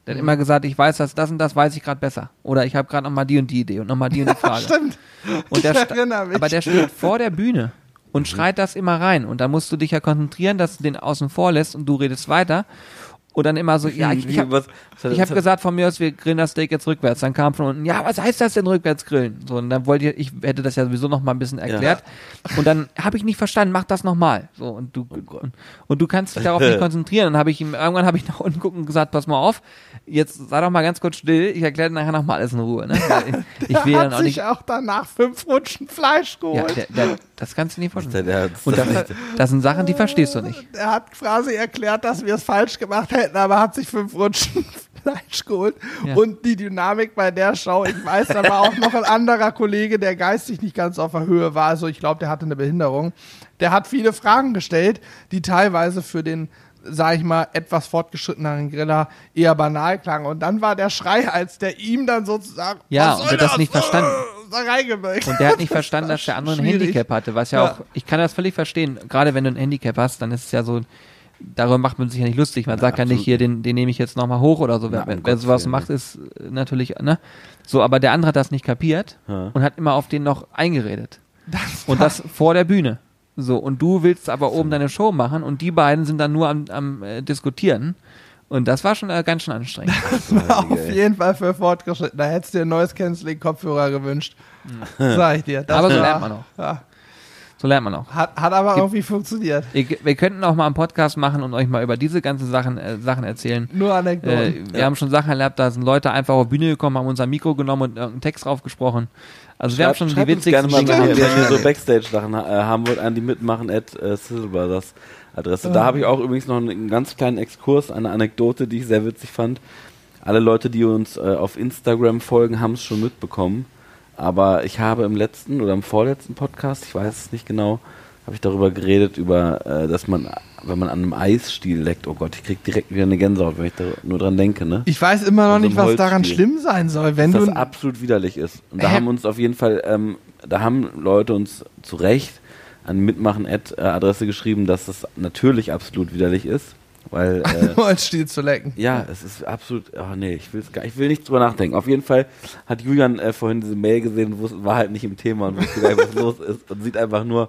Der hat immer gesagt, ich weiß, dass das und das weiß ich gerade besser. Oder ich habe gerade nochmal die und die Idee und nochmal die und die Frage. Stimmt. Und der Ich sta- erinnere mich. aber der steht vor der Bühne und schreit das immer rein. Und da musst du dich ja konzentrieren, dass du den außen vor lässt und du redest weiter. Und dann immer so, ja, ich, ich habe Was- was hat- ich was hab hat- gesagt, von mir aus, wir grillen das Steak jetzt rückwärts. Dann kam von unten, ja, was heißt das denn rückwärts grillen? So, und dann wollte ich, ich hätte das ja sowieso noch mal ein bisschen erklärt. Und dann habe ich nicht verstanden, mach das nochmal. So, und du, Gott. und, und du kannst dich darauf nicht konzentrieren. Dann habe ich ihm, irgendwann habe ich nach unten gucken und gesagt, pass mal auf, jetzt sei doch mal ganz kurz still, ich erkläre nachher nochmal alles in Ruhe. Ne? Weil Ich, ich will der ja hat dann auch sich nicht. auch danach fünf Rutschen Fleisch Ja, geholt. der, der, das kannst du nicht Der, vorstellen. der, Und das, das sind Sachen, die verstehst du nicht. Er hat quasi erklärt, dass wir es falsch gemacht hätten, aber hat sich fünf Rutschen Fleisch geholt. Ja. Und die Dynamik bei der Show, ich weiß, da war auch noch ein anderer Kollege, der geistig nicht ganz auf der Höhe war, also ich glaube, der hatte eine Behinderung. Der hat viele Fragen gestellt, die teilweise für den, sag ich mal, etwas fortgeschritteneren Griller eher banal klangen. Und dann war der Schrei, als der ihm dann sozusagen Ja, was und soll der das nicht verstanden. Da reingewirkt. Und der hat nicht verstanden, dass der andere ein Schwierig. Handicap hatte, was ja, Ja. auch, ich kann das völlig verstehen, gerade wenn du ein Handicap hast, dann ist es ja so, darüber macht man sich ja nicht lustig, man Ja, sagt ja nicht, absolut. hier, den, den nehme ich jetzt nochmal hoch oder so, wer, Na, um wer Gottes sowas Willen, macht, ist äh, natürlich, ne, so, aber der andere hat das nicht kapiert Ja. und hat immer auf den noch eingeredet. Das Und das vor der Bühne. So, und du willst aber oben deine Show machen und die beiden sind dann nur am, am äh, Diskutieren. Und das war schon äh, ganz schön anstrengend. war auf jeden Fall für fortgeschritten. Da hättest du dir ein neues Canceling-Kopfhörer gewünscht. Sag ich dir. Das Aber so war- lernt man auch. Ja, So lernt man auch. hat, hat aber Gibt- irgendwie funktioniert. Ihr, wir könnten auch mal einen Podcast machen und euch mal über diese ganzen Sachen, äh, Sachen erzählen. Nur Äh, Anekdoten. wir haben schon Sachen erlebt, da sind Leute einfach auf die Bühne gekommen, haben unser Mikro genommen und irgendeinen Text drauf gesprochen. Also wir haben schon die schreibt uns gerne witzigsten mal, Dinge. wenn ihr, haben wir wenn ihr schon so erlebt. Backstage-Sachen äh, haben wollt, an die mitmachen at äh, Sizzle Brothers Adresse. Da habe ich auch übrigens noch einen, einen ganz kleinen Exkurs, eine Anekdote, die ich sehr witzig fand. Alle Leute, die uns äh, auf Instagram folgen, haben es schon mitbekommen. Aber ich habe im letzten oder im vorletzten Podcast, ich weiß es nicht genau, habe ich darüber geredet, über, äh, dass man, wenn man an einem Eisstiel leckt, oh Gott, ich krieg direkt wieder eine Gänsehaut, wenn ich da nur dran denke, ne? Ich weiß immer noch Also nicht, im was daran Holzspiel. schlimm sein soll. Wenn dass du das absolut widerlich ist. Und da Hä? haben uns auf jeden Fall, ähm, da haben Leute uns zu Recht an Mitmachen-Adresse geschrieben, dass das natürlich absolut widerlich ist, weil äh, Holzstiel zu lecken. ja, es ist absolut, oh nee, ich, will's gar, ich will nicht drüber nachdenken. Auf jeden Fall hat Julian äh, vorhin diese Mail gesehen und wusste, war halt nicht im Thema und wusste gar nicht, was los ist und sieht einfach nur,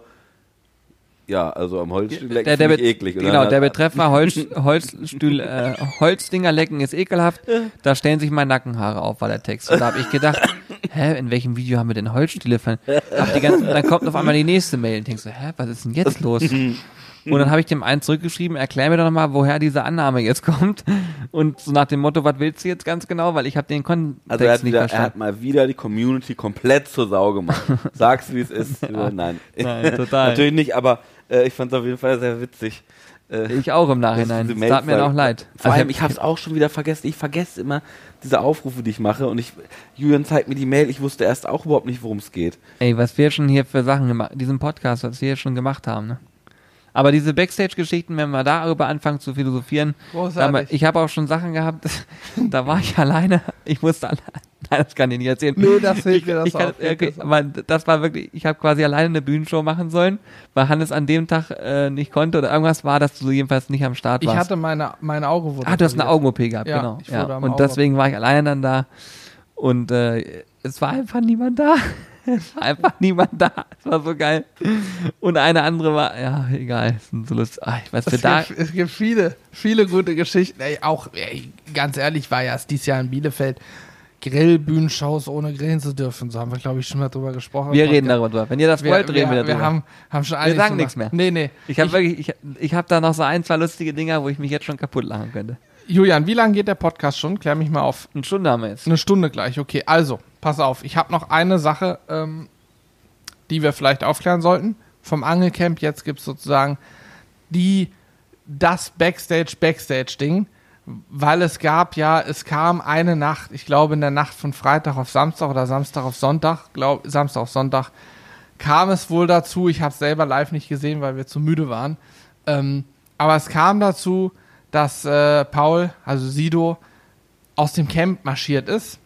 ja, also am Holzstuhl lecken Der, ist der nicht Be- eklig. Und genau, dann der hat- Betreff war Holz, Holzstühl, äh, Holzdinger lecken ist ekelhaft. Da stellen sich meine Nackenhaare auf, war der Text. Und da habe ich gedacht, hä, in welchem Video haben wir denn Holzstühle? Ver- Hab die ganzen, dann kommt auf einmal die nächste Mail und denkst so, hä, was ist denn jetzt los? Und dann habe ich dem einen zurückgeschrieben, erklär mir doch nochmal, woher diese Annahme jetzt kommt. Und so nach dem Motto, was willst du jetzt ganz genau? Weil ich habe den Kontext Also er hat, nicht wieder, er verstanden. hat mal wieder die Community komplett zur Sau gemacht. Sag's, wie es ist. Nein. Nein, total. Natürlich nicht, aber äh, ich fand es auf jeden Fall sehr witzig. Äh, Ich auch im Nachhinein. diese Es Mails, tat mir weil- auch leid. Vor Also allem, ich habe es auch schon wieder vergessen. Ich vergesse immer diese Aufrufe, die ich mache. Und ich, Julian zeigt mir die Mail. Ich wusste erst auch überhaupt nicht, worum es geht. Ey, was wir schon hier für Sachen gemacht, diesen Podcast, was wir hier schon gemacht haben, ne? Aber diese Backstage-Geschichten, wenn wir darüber anfangen zu philosophieren, Großartig. da- ich habe auch schon Sachen gehabt, da war ich alleine, ich musste alleine, nein, das kann ich nicht erzählen. Nee, das hilft mir, das ich kann, auch. okay, aber das war wirklich, ich habe quasi alleine eine Bühnenshow machen sollen, weil Hannes an dem Tag äh, nicht konnte oder irgendwas war, dass du jedenfalls nicht am Start Ich warst. hatte meine, mein Auge wurde Ah, du hast eine operiert. Augen-O P gehabt, Ja, genau. ich wurde Ja. am Und Auge deswegen war ich alleine dann da und äh, es war einfach niemand da. Es war einfach niemand da. Es war so geil. Und eine andere war, ja, egal. Es sind so lustig. Ach, ich weiß, für Es da. gibt, es gibt viele, viele gute Geschichten. Ey, auch, ey, ganz ehrlich, war ja es dieses Jahr in Bielefeld. Grillbühnenshows ohne grillen zu dürfen. So haben wir, glaube ich, schon mal drüber gesprochen. Wir im reden Podcast. darüber. Wenn ihr das Wir, wollt, reden wir wir, darüber. wir haben, haben schon Wir einiges sagen gemacht. nichts mehr. Nee, nee. ich habe wirklich, ich, ich habe da noch so ein, zwei lustige Dinger, wo ich mich jetzt schon kaputt lachen könnte. Julian, wie lange geht der Podcast schon? Klär mich mal auf. Eine Stunde haben wir jetzt. Eine Stunde gleich, okay. Also, pass auf. Ich habe noch eine Sache, ähm, die wir vielleicht aufklären sollten. Vom Angelcamp jetzt gibt es sozusagen die, das Backstage-Backstage-Ding. Weil es gab ja, es kam eine Nacht, ich glaube in der Nacht von Freitag auf Samstag oder Samstag auf Sonntag, glaub, Samstag auf Sonntag, kam es wohl dazu, ich habe es selber live nicht gesehen, weil wir zu müde waren, ähm, aber es kam dazu, dass äh, Paul, also Sido, aus dem Camp marschiert ist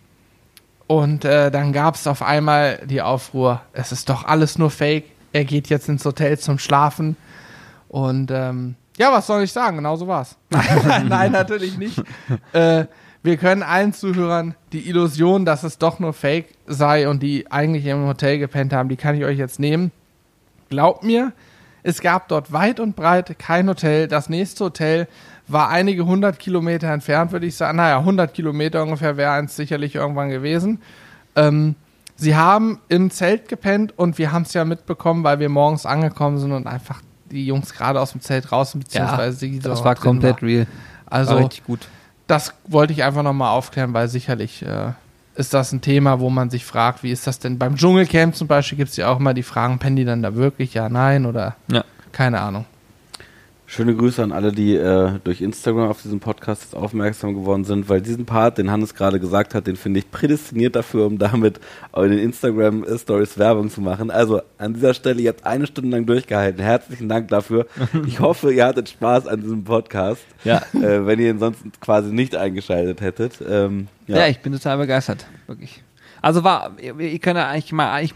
und äh, dann gab es auf einmal die Aufruhr, es ist doch alles nur Fake, er geht jetzt ins Hotel zum Schlafen und ähm, ja, was soll ich sagen, genau so war's. Nein, natürlich nicht. äh, wir können allen Zuhörern die Illusion, dass es doch nur Fake sei und die eigentlich im Hotel gepennt haben, die kann ich euch jetzt nehmen. Glaubt mir, es gab dort weit und breit kein Hotel. Das nächste Hotel war einige hundert Kilometer entfernt, würde ich sagen. Naja, hundert Kilometer ungefähr wäre eins sicherlich irgendwann gewesen. Ähm, sie haben im Zelt gepennt und wir haben es ja mitbekommen, weil wir morgens angekommen sind und einfach die Jungs gerade aus dem Zelt raus, beziehungsweise ja, die das war komplett war. real. Also war richtig gut. Das wollte ich einfach nochmal aufklären, weil sicherlich äh, ist das ein Thema, wo man sich fragt, wie ist das denn? Beim Dschungelcamp zum Beispiel gibt es ja auch immer die Fragen, pennen die dann da wirklich? Ja, nein oder ja. Keine Ahnung. Schöne Grüße an alle, die äh, durch Instagram auf diesen Podcast jetzt aufmerksam geworden sind, weil diesen Part, den Hannes gerade gesagt hat, den finde ich prädestiniert dafür, um damit auch in den Instagram-Stories Werbung zu machen. Also an dieser Stelle, ihr habt eine Stunde lang durchgehalten. Herzlichen Dank dafür. Ich hoffe, ihr hattet Spaß an diesem Podcast, ja. äh, wenn ihr ihn sonst quasi nicht eingeschaltet hättet. Ähm, ja. ja, ich bin total begeistert, wirklich. Also war, ihr könnt ja eigentlich mal, eigentlich,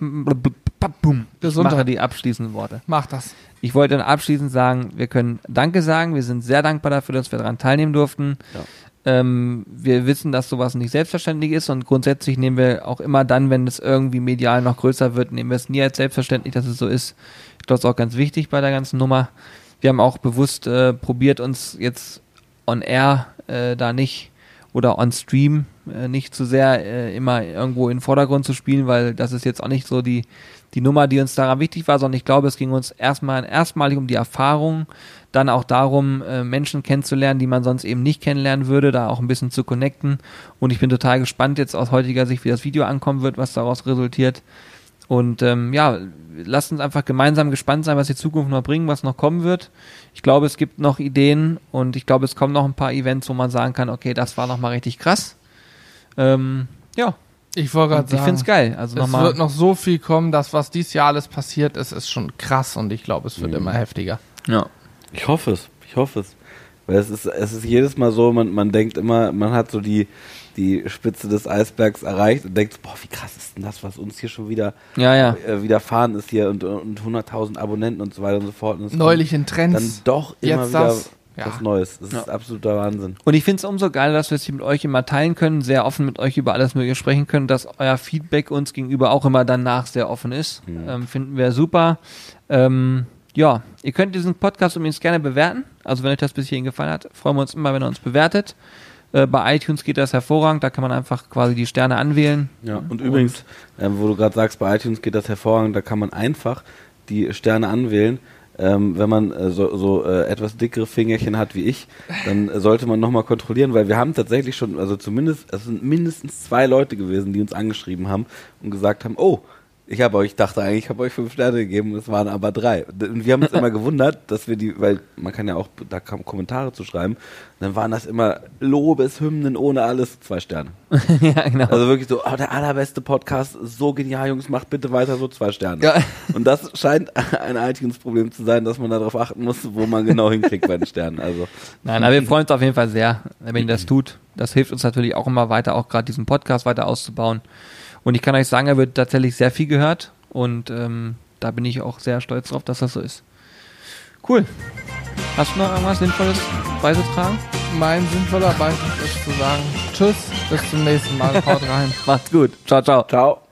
ich mache die abschließenden Worte. Mach das. Ich wollte dann abschließend sagen, wir können Danke sagen, wir sind sehr dankbar dafür, dass wir daran teilnehmen durften. Ja. Ähm, wir wissen, dass sowas nicht selbstverständlich ist und grundsätzlich nehmen wir auch immer dann, wenn es irgendwie medial noch größer wird, nehmen wir es nie als selbstverständlich, dass es so ist. Ich glaube, das ist auch ganz wichtig bei der ganzen Nummer. Wir haben auch bewusst äh, probiert, uns jetzt on air äh, da nicht oder on stream äh, nicht zu sehr äh, immer irgendwo in den Vordergrund zu spielen, weil das ist jetzt auch nicht so die die Nummer, die uns daran wichtig war, sondern ich glaube, es ging uns erstmal erstmalig um die Erfahrung, dann auch darum, äh, Menschen kennenzulernen, die man sonst eben nicht kennenlernen würde, da auch ein bisschen zu connecten. Und ich bin total gespannt jetzt aus heutiger Sicht, wie das Video ankommen wird, was daraus resultiert. Und ähm, ja, lasst uns einfach gemeinsam gespannt sein, was die Zukunft noch bringt, was noch kommen wird. Ich glaube, es gibt noch Ideen und ich glaube, es kommen noch ein paar Events, wo man sagen kann, okay, das war nochmal richtig krass. Ähm, ja. Ich wollte gerade sagen, ich finde es geil. Also es wird noch so viel kommen, das, was dieses Jahr alles passiert ist, ist schon krass und ich glaube, es wird mhm. immer heftiger. Ja. Ich hoffe es, ich hoffe es. Weil es ist, es ist jedes Mal so, man, man denkt immer, man hat so die, die Spitze des Eisbergs erreicht und denkt, boah, wie krass ist denn das, was uns hier schon wieder ja, ja. äh, widerfahren ist hier und, und hunderttausend Abonnenten und so weiter und so fort. Und neulich in Trends. Dann doch immer jetzt wieder das. was Ja. Neues. Das ja. ist absoluter Wahnsinn. Und ich finde es umso geiler, dass wir es hier mit euch immer teilen können, sehr offen mit euch über alles Mögliche sprechen können, dass euer Feedback uns gegenüber auch immer danach sehr offen ist. Mhm. Ähm, finden wir super. Ähm, ja, ihr könnt diesen Podcast übrigens gerne bewerten. Also wenn euch das bis hierhin gefallen hat, freuen wir uns immer, wenn ihr uns bewertet. Äh, bei iTunes geht das hervorragend, da kann man einfach quasi die Sterne anwählen. Ja, und, und übrigens, äh, wo du gerade sagst, bei iTunes geht das hervorragend, da kann man einfach die Sterne anwählen. Ähm, wenn man äh, so, so äh, etwas dickere Fingerchen hat wie ich, dann äh, sollte man nochmal kontrollieren, weil wir haben tatsächlich schon, also zumindest, es sind mindestens zwei Leute gewesen, die uns angeschrieben haben und gesagt haben, oh, ich habe euch, dachte eigentlich, ich habe euch fünf Sterne gegeben, es waren aber drei. Und wir haben uns immer gewundert, dass wir die, weil man kann ja auch da kam Kommentare zu schreiben, dann waren das immer Lobeshymnen ohne alles, zwei Sterne. Ja, genau. Also wirklich so, oh, der allerbeste Podcast, so genial, Jungs, macht bitte weiter so, zwei Sterne. Ja. Und das scheint ein iTunes-Problem zu sein, dass man darauf achten muss, wo man genau hinkriegt bei den Sternen. Also. Nein, aber wir freuen uns auf jeden Fall sehr, wenn ihr das tut. Das hilft uns natürlich auch immer weiter, auch gerade diesen Podcast weiter auszubauen. Und ich kann euch sagen, er wird tatsächlich sehr viel gehört und ähm, da bin ich auch sehr stolz drauf, dass das so ist. Cool. Hast du noch irgendwas Sinnvolles beizutragen? Mein sinnvoller Beitrag ist zu sagen, tschüss, bis zum nächsten Mal, haut rein. Macht's gut. Ciao, ciao. Ciao.